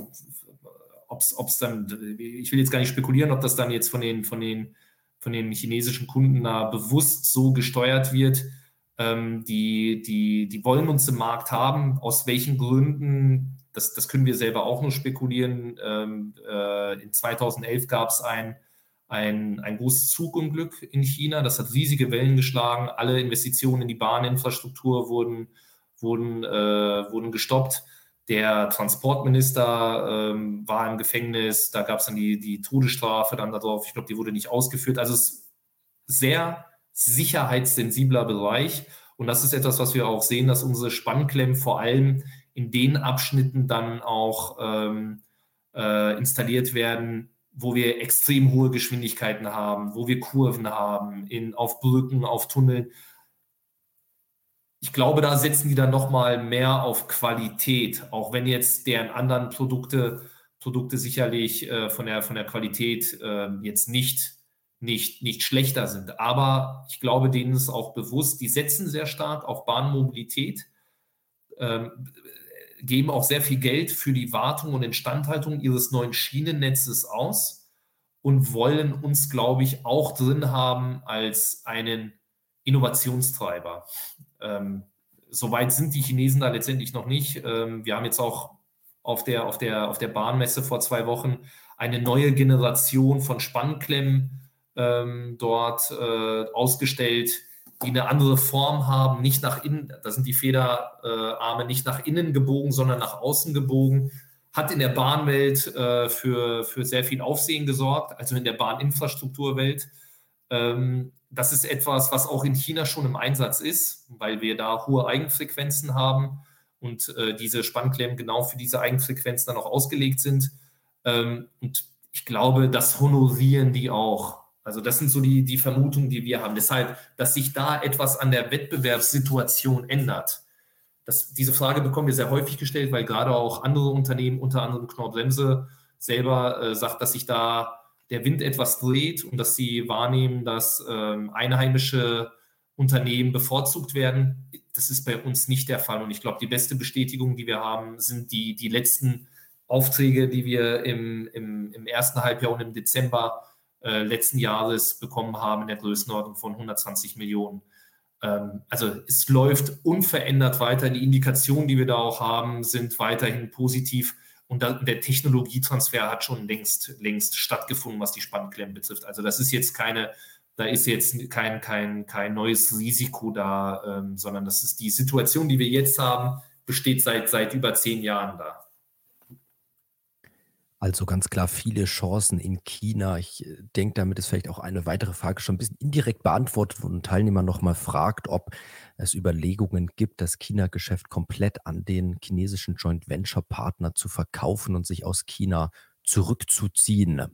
ob es dann, ich will jetzt gar nicht spekulieren, ob das dann jetzt von den, von den, von den chinesischen Kunden da bewusst so gesteuert wird. Ähm, die, die, die wollen uns im Markt haben. Aus welchen Gründen, das, das können wir selber auch nur spekulieren. Ähm, äh, in zweitausendelf gab es ein Ein, ein großes Zugunglück in China. Das hat riesige Wellen geschlagen. Alle Investitionen in die Bahninfrastruktur wurden, wurden, äh, wurden gestoppt. Der Transportminister ähm, war im Gefängnis. Da gab es dann die, die Todesstrafe dann darauf. Ich glaube, die wurde nicht ausgeführt. Also es ist ein sehr sicherheitssensibler Bereich. Und das ist etwas, was wir auch sehen, dass unsere Spannklemmen vor allem in den Abschnitten dann auch ähm, äh, installiert werden, wo wir extrem hohe Geschwindigkeiten haben, wo wir Kurven haben, in, auf Brücken, auf Tunneln. Ich glaube, da setzen die dann nochmal mehr auf Qualität, auch wenn jetzt deren anderen Produkte, Produkte sicherlich äh, von, der, von der Qualität äh, jetzt nicht, nicht, nicht schlechter sind. Aber ich glaube, denen ist auch bewusst, die setzen sehr stark auf Bahnmobilität, ähm, geben auch sehr viel Geld für die Wartung und Instandhaltung ihres neuen Schienennetzes aus und wollen uns, glaube ich, auch drin haben als einen Innovationstreiber. Ähm, soweit sind die Chinesen da letztendlich noch nicht. Ähm, wir haben jetzt auch auf der, auf der, auf der Bahnmesse vor zwei Wochen eine neue Generation von Spannklemmen ähm, dort äh, ausgestellt, die eine andere Form haben, nicht nach innen, da sind die Federarme nicht nach innen gebogen, sondern nach außen gebogen, hat in der Bahnwelt äh, für, für sehr viel Aufsehen gesorgt, also in der Bahninfrastrukturwelt. Ähm, das ist etwas, was auch in China schon im Einsatz ist, weil wir da hohe Eigenfrequenzen haben und äh, diese Spannklemmen genau für diese Eigenfrequenzen dann auch ausgelegt sind. Ähm, und ich glaube, das honorieren die auch. Also das sind so die, die Vermutungen, die wir haben. Deshalb, dass sich da etwas an der Wettbewerbssituation ändert. Das, diese Frage bekommen wir sehr häufig gestellt, weil gerade auch andere Unternehmen, unter anderem Knorr-Bremse, selber äh, sagt, dass sich da der Wind etwas dreht und dass sie wahrnehmen, dass ähm, einheimische Unternehmen bevorzugt werden. Das ist bei uns nicht der Fall. Und ich glaube, die beste Bestätigung, die wir haben, sind die, die letzten Aufträge, die wir im, im, im ersten Halbjahr und im Dezember äh, letzten Jahres bekommen haben in der Größenordnung von hundertzwanzig Millionen. Ähm, also es läuft unverändert weiter. Die Indikationen, die wir da auch haben, sind weiterhin positiv. Und da, der Technologietransfer hat schon längst, längst stattgefunden, was die Spannklemmen betrifft. Also das ist jetzt keine, da ist jetzt kein, kein, kein neues Risiko da, ähm, sondern das ist die Situation, die wir jetzt haben, besteht seit, seit über zehn Jahren da. Also ganz klar viele Chancen in China. Ich äh, denke, damit ist vielleicht auch eine weitere Frage schon ein bisschen indirekt beantwortet, wo ein Teilnehmer nochmal fragt, ob es Überlegungen gibt, das China-Geschäft komplett an den chinesischen Joint Venture-Partner zu verkaufen und sich aus China zurückzuziehen.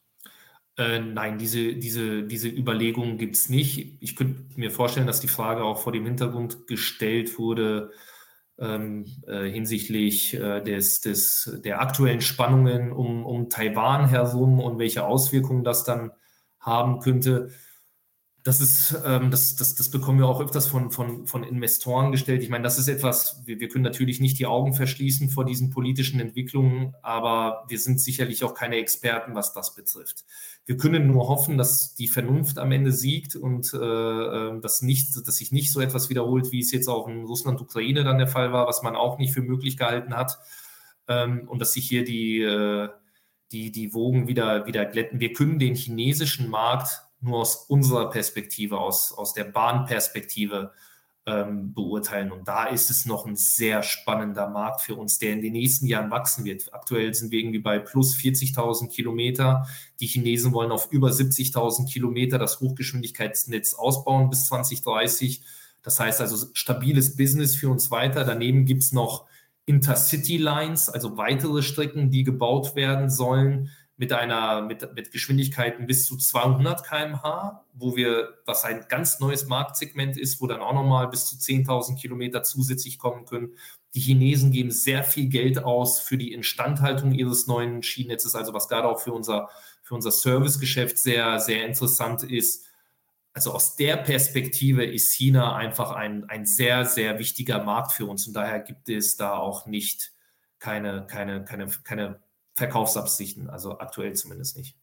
Äh, nein, diese, diese, diese Überlegungen gibt es nicht. Ich könnte mir vorstellen, dass die Frage auch vor dem Hintergrund gestellt wurde, ähm, äh, hinsichtlich äh, des, des, der aktuellen Spannungen um, um Taiwan herum und welche Auswirkungen das dann haben könnte. Das ist, ähm, das, das, das bekommen wir auch öfters von, von, von Investoren gestellt. Ich meine, das ist etwas, wir, wir können natürlich nicht die Augen verschließen vor diesen politischen Entwicklungen, aber wir sind sicherlich auch keine Experten, was das betrifft. Wir können nur hoffen, dass die Vernunft am Ende siegt und äh, dass, nicht, dass sich nicht so etwas wiederholt, wie es jetzt auch in Russland-Ukraine dann der Fall war, was man auch nicht für möglich gehalten hat, ähm, und dass sich hier die, äh, die, die Wogen wieder, wieder glätten. Wir können den chinesischen Markt nur aus unserer Perspektive, aus, aus der Bahnperspektive ähm, beurteilen. Und da ist es noch ein sehr spannender Markt für uns, der in den nächsten Jahren wachsen wird. Aktuell sind wir irgendwie bei plus vierzigtausend Kilometer. Die Chinesen wollen auf über siebzigtausend Kilometer das Hochgeschwindigkeitsnetz ausbauen bis zwanzig dreißig. Das heißt also stabiles Business für uns weiter. Daneben gibt es noch Intercity-Lines, also weitere Strecken, die gebaut werden sollen, mit einer mit, mit Geschwindigkeiten bis zu zweihundert Kilometer pro Stunde, wo wir, was ein ganz neues Marktsegment ist, wo dann auch nochmal bis zu zehntausend Kilometer zusätzlich kommen können. Die Chinesen geben sehr viel Geld aus für die Instandhaltung ihres neuen Schienennetzes, also was gerade auch für unser, für unser Servicegeschäft sehr, sehr interessant ist. Also aus der Perspektive ist China einfach ein, ein sehr, sehr wichtiger Markt für uns und daher gibt es da auch nicht keine, keine, keine, keine Verkaufsabsichten, also aktuell zumindest nicht.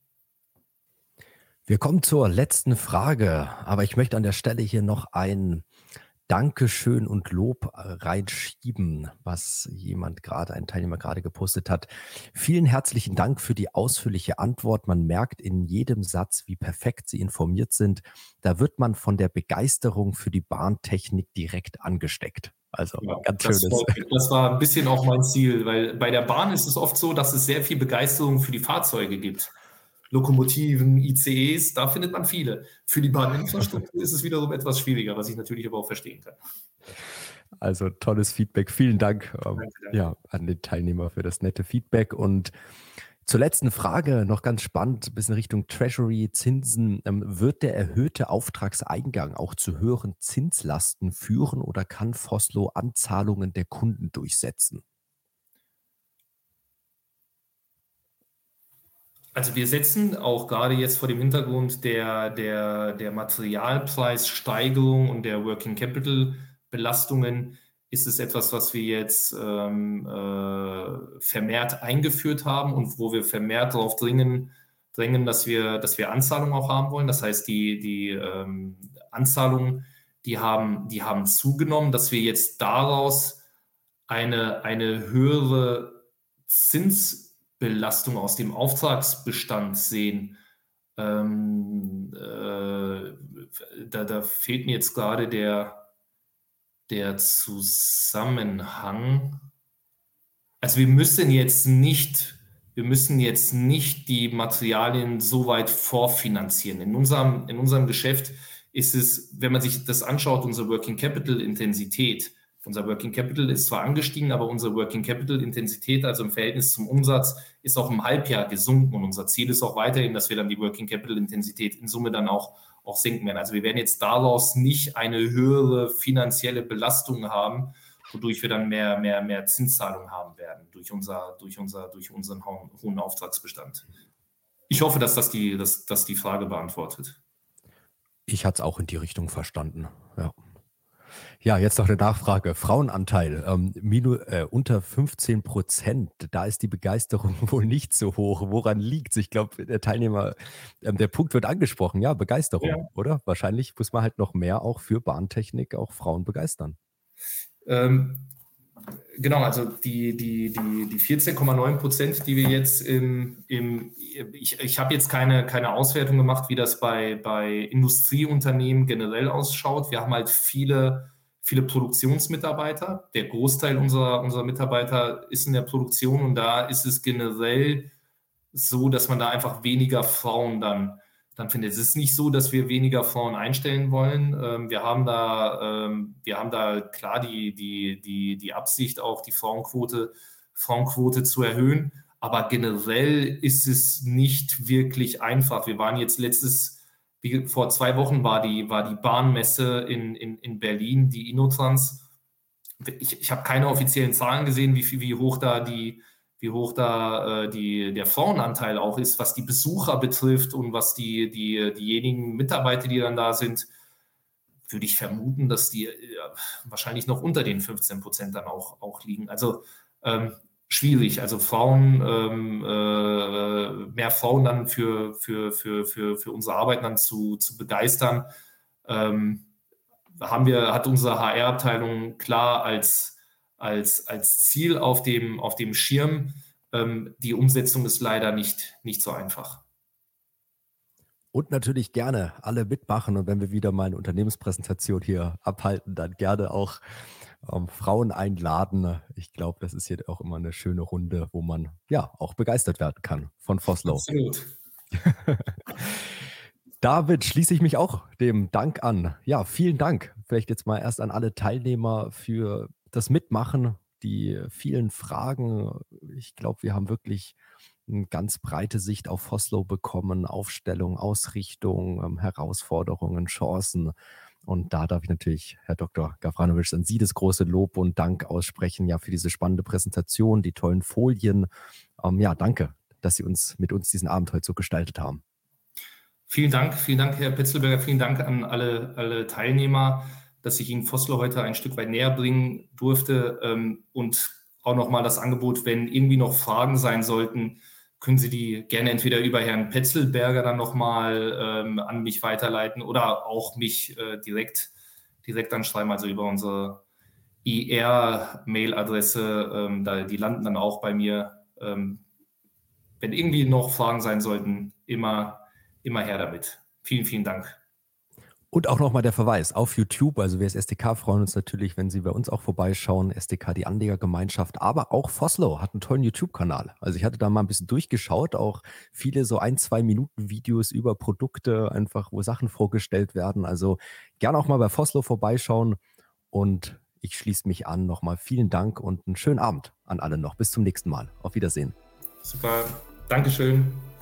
Wir kommen zur letzten Frage, aber ich möchte an der Stelle hier noch ein Dankeschön und Lob reinschieben, was jemand gerade, ein Teilnehmer gerade gepostet hat. Vielen herzlichen Dank für die ausführliche Antwort. Man merkt in jedem Satz, wie perfekt Sie informiert sind. Da wird man von der Begeisterung für die Bahntechnik direkt angesteckt. Also ja, ganz das, schönes. war, das war ein bisschen auch mein Ziel, weil bei der Bahn ist es oft so, dass es sehr viel Begeisterung für die Fahrzeuge gibt. Lokomotiven, I C Es, da findet man viele. Für die Bahninfrastruktur ist es wiederum etwas schwieriger, was ich natürlich aber auch verstehen kann. Also tolles Feedback. Vielen Dank, ähm, Danke, danke. ja, an den Teilnehmer für das nette Feedback. Und zur letzten Frage, noch ganz spannend, ein bisschen Richtung Treasury, Zinsen. Ähm, wird der erhöhte Auftragseingang auch zu höheren Zinslasten führen oder kann Vossloh Anzahlungen der Kunden durchsetzen? Also wir setzen auch gerade jetzt vor dem Hintergrund der, der, der Materialpreissteigerung und der Working Capital Belastungen ist es etwas, was wir jetzt ähm, äh, vermehrt eingeführt haben und wo wir vermehrt darauf dringen, drängen, dass wir, dass wir Anzahlungen auch haben wollen. Das heißt, die, die ähm, Anzahlungen die haben, die haben zugenommen, dass wir jetzt daraus eine, eine höhere Zinsbelastung aus dem Auftragsbestand sehen. Ähm, äh, da, da fehlt mir jetzt gerade der, der Zusammenhang. Also wir müssen jetzt nicht, wir müssen jetzt nicht die Materialien so weit vorfinanzieren. In unserem, in unserem Geschäft ist es, wenn man sich das anschaut, unsere Working Capital Intensität. Unser Working Capital ist zwar angestiegen, aber unsere Working Capital Intensität, also im Verhältnis zum Umsatz, ist auch im Halbjahr gesunken. Und unser Ziel ist auch weiterhin, dass wir dann die Working Capital Intensität in Summe dann auch, auch senken werden. Also wir werden jetzt daraus nicht eine höhere finanzielle Belastung haben, wodurch wir dann mehr, mehr, mehr Zinszahlungen haben werden durch, unser, durch, unser, durch unseren hohen Auftragsbestand. Ich hoffe, dass das die, dass, dass die Frage beantwortet. Ich hatte es auch in die Richtung verstanden, ja. Ja, jetzt noch eine Nachfrage. Frauenanteil, ähm, minu, äh, unter fünfzehn Prozent, da ist die Begeisterung wohl nicht so hoch. Woran liegt's? Ich glaube, der Teilnehmer, ähm, der Punkt wird angesprochen, ja, Begeisterung, Ja. oder? Wahrscheinlich muss man halt noch mehr auch für Bahntechnik auch Frauen begeistern. Ähm, genau, also die, die, die, die vierzehn Komma neun Prozent, die wir jetzt im, im ich, ich habe jetzt keine, keine Auswertung gemacht, wie das bei, bei Industrieunternehmen generell ausschaut. Wir haben halt viele, viele Produktionsmitarbeiter. Der Großteil unserer, unserer Mitarbeiter ist in der Produktion und da ist es generell so, dass man da einfach weniger Frauen dann dann findet. Es ist nicht so, dass wir weniger Frauen einstellen wollen. Ähm, wir haben da, ähm, wir haben da klar die, die, die, die Absicht, auch die Frauenquote, Frauenquote zu erhöhen. Aber generell ist es nicht wirklich einfach. Wir waren jetzt letztes, wie, vor zwei Wochen war die, war die Bahnmesse in, in, in Berlin, die Innotrans. Ich, ich habe keine offiziellen Zahlen gesehen, wie, viel, wie hoch da die wie hoch da äh, die, der Frauenanteil auch ist, was die Besucher betrifft und was die, die, diejenigen Mitarbeiter, die dann da sind, würde ich vermuten, dass die äh, wahrscheinlich noch unter den fünfzehn Prozent dann auch, auch liegen. Also ähm, schwierig. Also Frauen, ähm, äh, mehr Frauen dann für, für, für, für, für unsere Arbeit dann zu, zu begeistern, ähm, haben wir, hat unsere H R-Abteilung klar als Als, als Ziel auf dem, auf dem Schirm. Ähm, die Umsetzung ist leider nicht, nicht so einfach. Und natürlich gerne alle mitmachen. Und wenn wir wieder mal eine Unternehmenspräsentation hier abhalten, dann gerne auch ähm, Frauen einladen. Ich glaube, das ist hier auch immer eine schöne Runde, wo man ja auch begeistert werden kann von Vossloh. Absolut. David, schließe ich mich auch dem Dank an. Ja, vielen Dank. Vielleicht jetzt mal erst an alle Teilnehmer für das Mitmachen, die vielen Fragen. Ich glaube, wir haben wirklich eine ganz breite Sicht auf Vossloh bekommen, Aufstellung, Ausrichtung, ähm, Herausforderungen, Chancen. Und da darf ich natürlich, Herr Doktor Gavranowitsch, an Sie das große Lob und Dank aussprechen, ja, für diese spannende Präsentation, die tollen Folien. Ähm, ja, danke, dass Sie uns mit uns diesen Abend heute so gestaltet haben. Vielen Dank, vielen Dank, Herr Petzelberger, vielen Dank an alle, alle Teilnehmer, dass ich Ihnen Vossloh heute ein Stück weit näher bringen durfte, ähm, und auch nochmal das Angebot, wenn irgendwie noch Fragen sein sollten, können Sie die gerne entweder über Herrn Petzelberger dann nochmal ähm, an mich weiterleiten oder auch mich äh, direkt, direkt anschreiben, also über unsere I R-Mail-Adresse, ähm, da, die landen dann auch bei mir. Ähm, wenn irgendwie noch Fragen sein sollten, immer, immer her damit. Vielen, vielen Dank. Und auch nochmal der Verweis auf YouTube, also wir als S D K freuen uns natürlich, wenn Sie bei uns auch vorbeischauen, S D K, die Anlegergemeinschaft, aber auch Vossloh hat einen tollen YouTube-Kanal. Also ich hatte da mal ein bisschen durchgeschaut, auch viele so ein, zwei Minuten Videos über Produkte, einfach wo Sachen vorgestellt werden. Also gerne auch mal bei Vossloh vorbeischauen und ich schließe mich an. Nochmal vielen Dank und einen schönen Abend an alle noch. Bis zum nächsten Mal. Auf Wiedersehen. Super, Dankeschön.